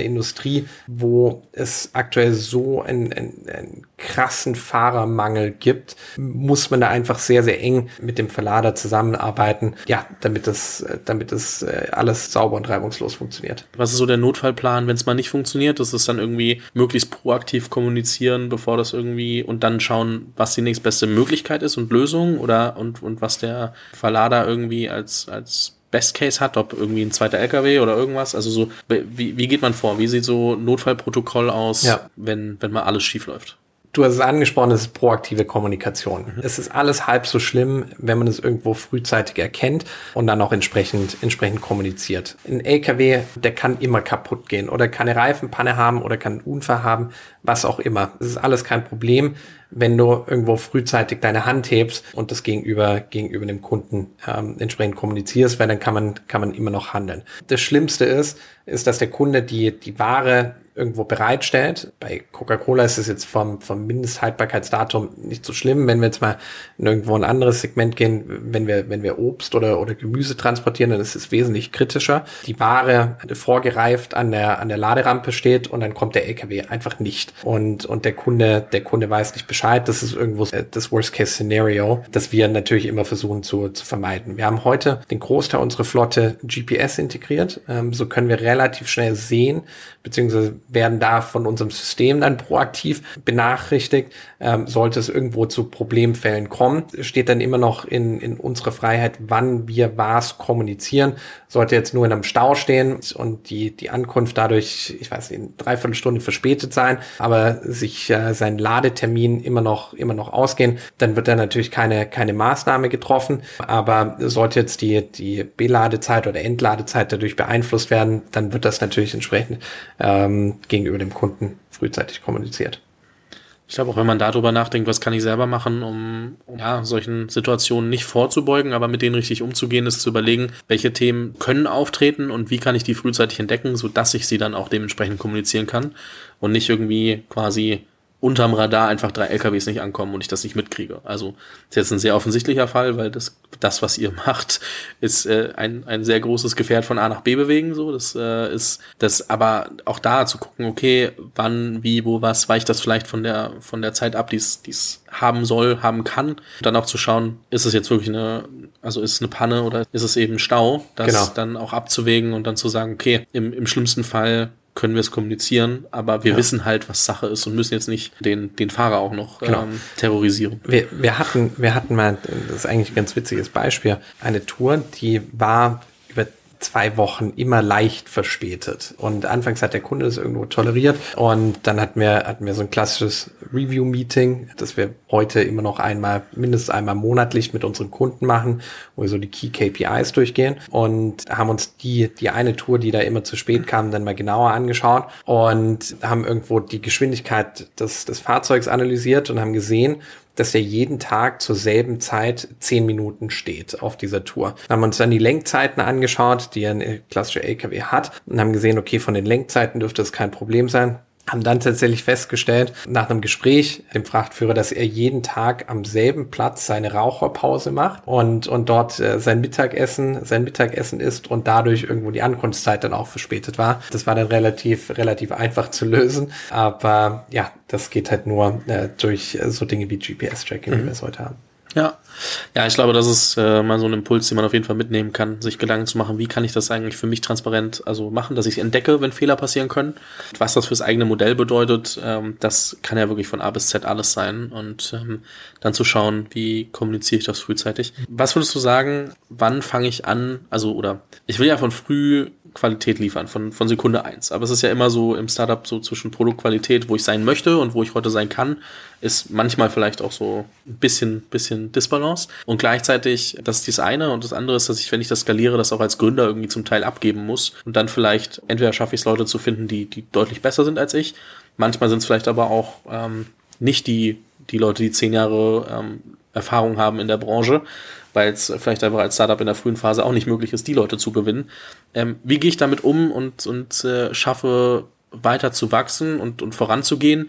Industrie, wo es aktuell so einen, einen, einen krassen Fahrermangel gibt, muss man da einfach sehr, sehr eng mit dem Verlader zusammenarbeiten, ja, damit das, damit das alles sauber und reibungslos funktioniert. Was ist so der Notfallplan, wenn es mal nicht funktioniert? Das ist dann irgendwie möglichst proaktiv kommunizieren, bevor das irgendwie und dann schauen, was die nächstbeste Möglichkeit ist und Lösung oder und, und was der Verlader irgendwie als, als Best Case hat, ob irgendwie ein zweiter L K W oder irgendwas. Also so, wie, wie geht man vor? Wie sieht so Notfallprotokoll aus, ja. wenn, wenn mal alles schief läuft? Du hast es angesprochen, es ist proaktive Kommunikation. Mhm. Es ist alles halb so schlimm, wenn man es irgendwo frühzeitig erkennt und dann auch entsprechend, entsprechend kommuniziert. Ein L K W, der kann immer kaputt gehen oder kann eine Reifenpanne haben oder kann einen Unfall haben, was auch immer. Es ist alles kein Problem, wenn du irgendwo frühzeitig deine Hand hebst und das gegenüber, gegenüber dem Kunden ähm, entsprechend kommunizierst, weil dann kann man, kann man immer noch handeln. Das Schlimmste ist, ist, dass der Kunde die, die Ware irgendwo bereitstellt. Bei Coca-Cola ist es jetzt vom, vom Mindesthaltbarkeitsdatum nicht so schlimm. Wenn wir jetzt mal in irgendwo ein anderes Segment gehen, wenn wir, wenn wir Obst oder, oder Gemüse transportieren, dann ist es wesentlich kritischer. Die Ware vorgereift an der, an der Laderampe steht und dann kommt der L K W einfach nicht. Und, und der Kunde, der Kunde weiß nicht Bescheid. Das ist irgendwo das Worst-Case-Szenario, das wir natürlich immer versuchen zu, zu vermeiden. Wir haben heute den Großteil unserer Flotte G P S integriert. Ähm, so können wir relativ schnell sehen, beziehungsweise werden da von unserem System dann proaktiv benachrichtigt. Ähm, sollte es irgendwo zu Problemfällen kommen, steht dann immer noch in, in unserer Freiheit, wann wir was kommunizieren. Sollte jetzt nur in einem Stau stehen und die, die Ankunft dadurch, ich weiß nicht, eine Dreiviertelstunde verspätet sein, aber sich äh, sein Ladetermin immer noch, immer noch ausgehen, dann wird da natürlich keine, keine Maßnahme getroffen. Aber sollte jetzt die, die Beladezeit oder Entladezeit dadurch beeinflusst werden, dann wird das natürlich entsprechend ähm, gegenüber dem Kunden frühzeitig kommuniziert. Ich glaube auch, wenn man darüber nachdenkt, was kann ich selber machen, um, um ja, solchen Situationen nicht vorzubeugen, aber mit denen richtig umzugehen, ist zu überlegen, welche Themen können auftreten und wie kann ich die frühzeitig entdecken, sodass ich sie dann auch dementsprechend kommunizieren kann und nicht irgendwie quasi unterm Radar einfach drei L K Ws nicht ankommen und ich das nicht mitkriege. Also das ist jetzt ein sehr offensichtlicher Fall, weil das, das was ihr macht, ist äh, ein, ein sehr großes Gefährt von A nach B bewegen. So, das äh, ist das, aber auch da zu gucken, okay, wann, wie, wo, was weicht das vielleicht von der von der Zeit ab, die es haben soll, haben kann. Und dann auch zu schauen, ist es jetzt wirklich eine, also ist es eine Panne oder ist es eben Stau, das genau. dann auch abzuwägen und dann zu sagen, okay, im, im schlimmsten Fall können wir es kommunizieren, aber wir ja. wissen halt, was Sache ist und müssen jetzt nicht den den Fahrer auch noch genau. ähm, terrorisieren. Wir, wir hatten wir hatten mal, das ist eigentlich ein ganz witziges Beispiel, eine Tour, die war über zwei Wochen immer leicht verspätet. Und anfangs hat der Kunde das irgendwo toleriert und dann hatten wir, hatten wir so ein klassisches Review-Meeting, das wir heute immer noch einmal, mindestens einmal monatlich mit unseren Kunden machen, wo wir so die Key K P Is durchgehen und haben uns die, die eine Tour, die da immer zu spät kam, dann mal genauer angeschaut und haben irgendwo die Geschwindigkeit des, des Fahrzeugs analysiert und haben gesehen, dass er jeden Tag zur selben Zeit zehn Minuten steht auf dieser Tour. Dann haben wir uns dann die Lenkzeiten angeschaut, die ein klassischer L K W hat und haben gesehen, okay, von den Lenkzeiten dürfte es kein Problem sein. Haben dann tatsächlich festgestellt, nach einem Gespräch mit dem Frachtführer, dass er jeden Tag am selben Platz seine Raucherpause macht und und dort äh, sein Mittagessen, sein Mittagessen isst und dadurch irgendwo die Ankunftszeit dann auch verspätet war. Das war dann relativ relativ einfach zu lösen, aber ja, das geht halt nur äh, durch äh, so Dinge wie G P S-Tracking, mhm. wie wir es heute haben. Ja, ja, ich glaube, das ist äh, mal so ein Impuls, den man auf jeden Fall mitnehmen kann, sich Gedanken zu machen, wie kann ich das eigentlich für mich transparent also machen, dass ich entdecke, wenn Fehler passieren können. Was das fürs eigene Modell bedeutet, ähm, das kann ja wirklich von A bis Z alles sein und ähm, dann zu schauen, wie kommuniziere ich das frühzeitig. Was würdest du sagen, wann fange ich an, also oder ich will ja von früh Qualität liefern, von von Sekunde eins. Aber es ist ja immer so im Startup so zwischen Produktqualität, wo ich sein möchte und wo ich heute sein kann, ist manchmal vielleicht auch so ein bisschen, bisschen Disbalance. Und gleichzeitig, das ist das eine und das andere ist, dass ich, wenn ich das skaliere, das auch als Gründer irgendwie zum Teil abgeben muss und dann vielleicht, entweder schaffe ich es, Leute zu finden, die die deutlich besser sind als ich. Manchmal sind es vielleicht aber auch ähm, nicht die die Leute, die zehn Jahre ähm, Erfahrung haben in der Branche, weil es vielleicht einfach als Startup in der frühen Phase auch nicht möglich ist, die Leute zu gewinnen. Ähm, wie gehe ich damit um und, und äh, schaffe weiter zu wachsen und, und voranzugehen,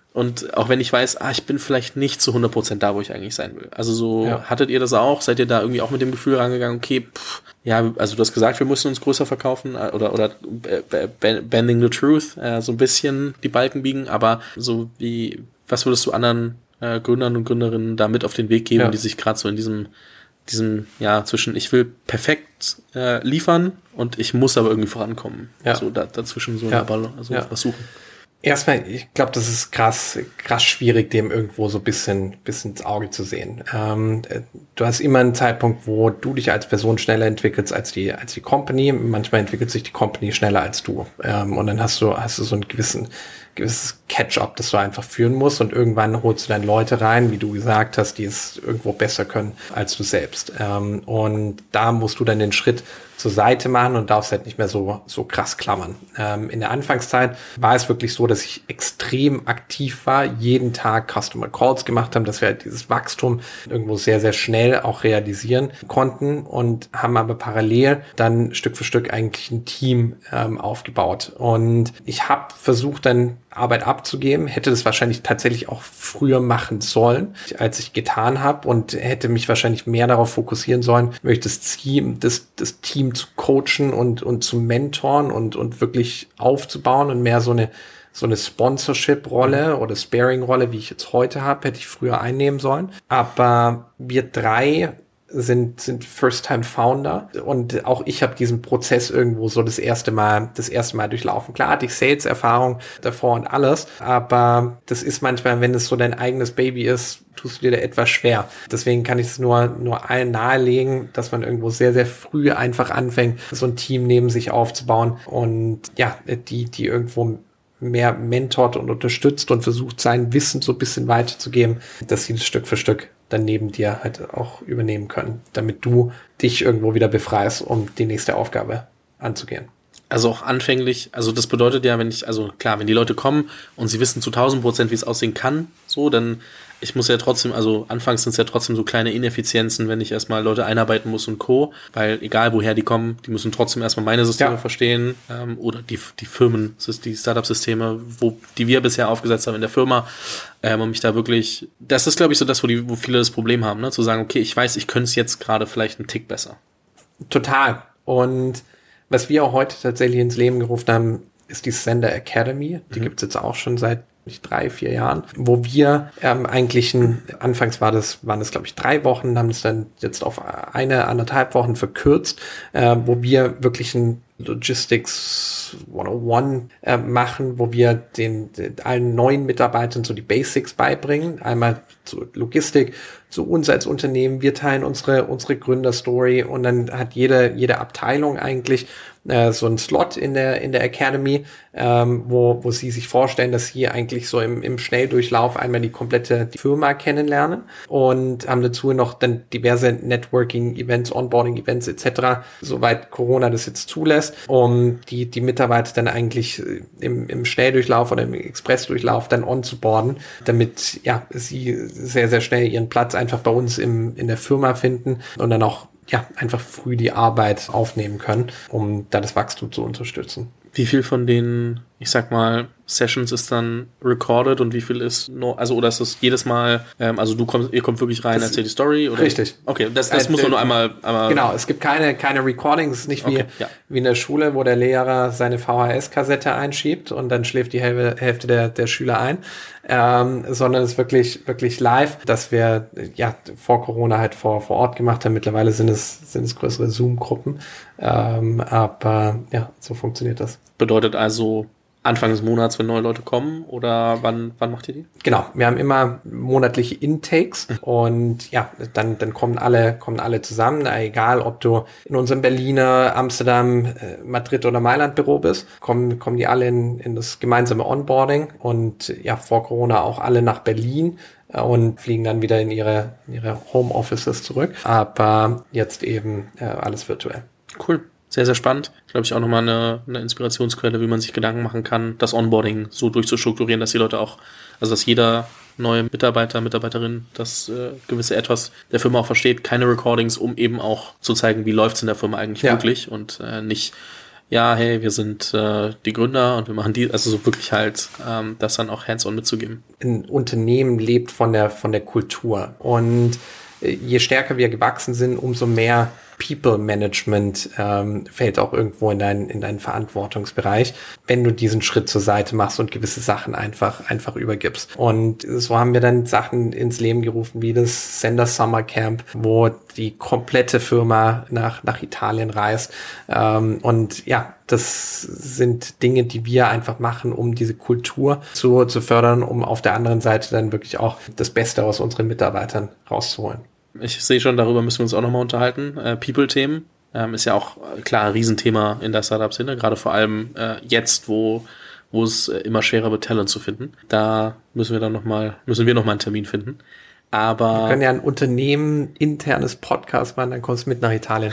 Und auch wenn ich weiß, ah, ich bin vielleicht nicht zu hundert Prozent da, wo ich eigentlich sein will. Also so, ja. hattet ihr das auch? Seid ihr da irgendwie auch mit dem Gefühl rangegangen, okay, pff, ja, also du hast gesagt, wir müssen uns größer verkaufen oder, oder bending the truth, äh, so ein bisschen die Balken biegen, aber so wie, was würdest du anderen äh, Gründern und Gründerinnen da mit auf den Weg geben, ja. die sich gerade so in diesem, diesem, ja, zwischen ich will perfekt äh, liefern und ich muss aber irgendwie vorankommen. Ja. So da, dazwischen so ja. eine Ball, also ja. was suchen. Erstmal, ich glaube, das ist krass, krass schwierig, dem irgendwo so ein bisschen, bisschen ins Auge zu sehen. Ähm, du hast immer einen Zeitpunkt, wo du dich als Person schneller entwickelst als die, als die Company. Manchmal entwickelt sich die Company schneller als du. Ähm, und dann hast du, hast du so einen gewissen, gewisses Catch-up, das du einfach führen musst. Und irgendwann holst du dann Leute rein, wie du gesagt hast, die es irgendwo besser können als du selbst. Ähm, und da musst du dann den Schritt zur Seite machen und darfst halt nicht mehr so, so krass klammern. Ähm, in der Anfangszeit war es wirklich so, dass ich extrem aktiv war, jeden Tag Customer Calls gemacht haben, dass wir halt dieses Wachstum irgendwo sehr, sehr schnell auch realisieren konnten und haben aber parallel dann Stück für Stück eigentlich ein Team ähm, aufgebaut. Und ich habe versucht, dann Arbeit abzugeben, hätte das wahrscheinlich tatsächlich auch früher machen sollen, als ich getan habe und hätte mich wahrscheinlich mehr darauf fokussieren sollen, möchte das Team, das, das Team zu coachen und, und zu mentoren und, und wirklich aufzubauen und mehr so eine, so eine Sponsorship-Rolle oder Sparing-Rolle, wie ich jetzt heute habe, hätte ich früher einnehmen sollen. Aber wir drei sind sind First-Time-Founder und auch ich habe diesen Prozess irgendwo so das erste Mal das erste Mal durchlaufen. Klar hatte ich Sales-Erfahrung davor und alles, aber das ist manchmal, wenn es so dein eigenes Baby ist, tust du dir da etwas schwer. Deswegen kann ich es nur nur allen nahelegen, dass man irgendwo sehr, sehr früh einfach anfängt, so ein Team neben sich aufzubauen und ja, die die irgendwo mehr mentort und unterstützt und versucht, sein Wissen so ein bisschen weiterzugeben, dass sie das Stück für Stück dann neben dir halt auch übernehmen können, damit du dich irgendwo wieder befreist, um die nächste Aufgabe anzugehen. Also auch anfänglich, also das bedeutet ja, wenn ich, also klar, wenn die Leute kommen und sie wissen zu tausend Prozent, wie es aussehen kann, so, dann, ich muss ja trotzdem, also anfangs sind es ja trotzdem so kleine Ineffizienzen, wenn ich erstmal Leute einarbeiten muss und Co., weil egal woher die kommen, die müssen trotzdem erstmal meine Systeme ja. verstehen, ähm, oder die, die Firmen, die Startup-Systeme, wo, die wir bisher aufgesetzt haben in der Firma, ähm, und mich da wirklich, das ist, glaube ich, so das, wo die, wo viele das Problem haben, ne, zu sagen, okay, ich weiß, ich könnte es jetzt gerade vielleicht einen Tick besser. Total. Und was wir auch heute tatsächlich ins Leben gerufen haben, ist die Sender Academy. Die mhm. gibt's jetzt auch schon seit drei, vier Jahren, wo wir ähm, eigentlich, ein, anfangs war das, waren das glaube ich drei Wochen, haben es dann jetzt auf eine, anderthalb Wochen verkürzt, äh, wo wir wirklich ein Logistics hunderteins äh, machen, wo wir den, den allen neuen Mitarbeitern so die Basics beibringen. Einmal zur Logistik, zu uns als Unternehmen. Wir teilen unsere unsere Gründerstory und dann hat jede jede Abteilung eigentlich äh, so einen Slot in der in der Academy, ähm, wo wo sie sich vorstellen, dass sie eigentlich so im im Schnelldurchlauf einmal die komplette die Firma kennenlernen und haben dazu noch dann diverse Networking-Events, Onboarding-Events et cetera, soweit Corona das jetzt zulässt, um die die Mitarbeiter dann eigentlich im im Schnelldurchlauf oder im Expressdurchlauf dann onzuboarden, damit ja sie sehr sehr schnell ihren Platz einfach bei uns im in der Firma finden und dann auch ja einfach früh die Arbeit aufnehmen können, um da das Wachstum zu unterstützen. Wie viel von den, ich sag mal, Sessions ist dann recorded und wie viel ist noch, also oder ist das jedes Mal, ähm, also du kommst, ihr kommt wirklich rein, erzählt die Story? Oder? Richtig. Okay, das, das äh, muss man nur einmal, einmal... Genau, es gibt keine, keine Recordings, es ist nicht okay, wie, ja. wie in der Schule, wo der Lehrer seine V H S-Kassette einschiebt und dann schläft die Hälfte, Hälfte der, der Schüler ein, ähm, sondern es ist wirklich, wirklich live, dass wir ja vor Corona halt vor, vor Ort gemacht haben. Mittlerweile sind es, sind es größere Zoom-Gruppen, ähm, aber ja, so funktioniert das. Bedeutet also Anfang des Monats, wenn neue Leute kommen, oder wann wann macht ihr die? Genau, wir haben immer monatliche Intakes mhm. und ja, dann dann kommen alle kommen alle zusammen, egal ob du in unserem Berliner, Amsterdam, Madrid oder Mailand Büro bist, kommen kommen die alle in in das gemeinsame Onboarding und ja, vor Corona auch alle nach Berlin und fliegen dann wieder in ihre in ihre Home Offices zurück, aber jetzt eben äh, alles virtuell. Cool. Sehr, sehr spannend. Glaube ich auch nochmal eine, eine Inspirationsquelle, wie man sich Gedanken machen kann, das Onboarding so durchzustrukturieren, dass die Leute auch, also dass jeder neue Mitarbeiter, Mitarbeiterin das äh, gewisse Etwas der Firma auch versteht. Keine Recordings, um eben auch zu zeigen, wie läuft's in der Firma eigentlich ja. wirklich und äh, nicht ja, hey, wir sind äh, die Gründer und wir machen die, also so wirklich halt ähm, das dann auch hands-on mitzugeben. Ein Unternehmen lebt von der, von der Kultur und äh, je stärker wir gewachsen sind, umso mehr People Management ähm, fällt auch irgendwo in deinen, in deinen Verantwortungsbereich, wenn du diesen Schritt zur Seite machst und gewisse Sachen einfach, einfach übergibst. Und so haben wir dann Sachen ins Leben gerufen, wie das Sender Summer Camp, wo die komplette Firma nach, nach Italien reist. Ähm, und ja, das sind Dinge, die wir einfach machen, um diese Kultur zu, zu fördern, um auf der anderen Seite dann wirklich auch das Beste aus unseren Mitarbeitern rauszuholen. Ich sehe schon, darüber müssen wir uns auch nochmal unterhalten. Äh, People-Themen ähm, ist ja auch, äh, klar, ein Riesenthema in der Startup-Szene, gerade vor allem äh, jetzt, wo, wo es äh, immer schwerer wird, Talent zu finden. Da müssen wir dann nochmal, müssen wir nochmal einen Termin finden. Aber wir können ja ein Unternehmen internes Podcast machen, dann kommst du mit nach Italien.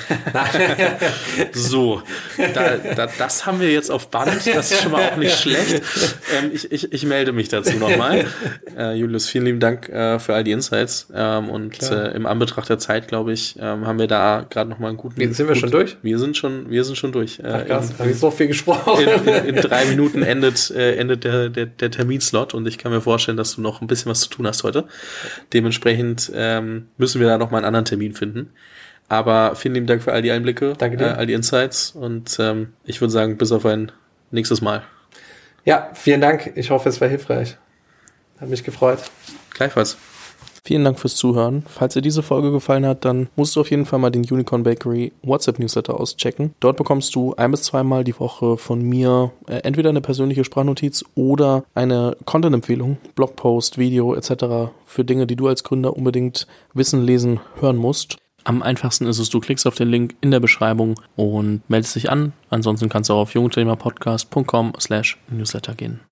So, da, da, das haben wir jetzt auf Band, das ist schon mal auch nicht schlecht. Ähm, ich, ich, ich melde mich dazu nochmal. Äh, Julius, vielen lieben Dank äh, für all die Insights. Ähm, und äh, im Anbetracht der Zeit, glaube ich, ähm, haben wir da gerade nochmal einen guten... Wie, sind wir gut, schon durch? Wir sind schon, wir sind schon durch. Äh, Ach krass, habe ich so viel gesprochen. In, in, in drei Minuten endet, äh, endet der, der, der Terminslot und ich kann mir vorstellen, dass du noch ein bisschen was zu tun hast heute. Dementsprechend ähm, müssen wir da noch mal einen anderen Termin finden. Aber vielen lieben Dank für all die Einblicke, Danke dir. Äh, all die Insights und ähm, ich würde sagen, bis auf ein nächstes Mal. Ja, vielen Dank. Ich hoffe, es war hilfreich. Hat mich gefreut. Gleichfalls. Vielen Dank fürs Zuhören. Falls dir diese Folge gefallen hat, dann musst du auf jeden Fall mal den Unicorn Bakery WhatsApp-Newsletter auschecken. Dort bekommst du ein- bis zweimal die Woche von mir äh, entweder eine persönliche Sprachnotiz oder eine Content-Empfehlung, Blogpost, Video et cetera für Dinge, die du als Gründer unbedingt wissen, lesen, hören musst. Am einfachsten ist es, du klickst auf den Link in der Beschreibung und meldest dich an. Ansonsten kannst du auch auf jungunternehmerpodcast punkt com slash newsletter gehen.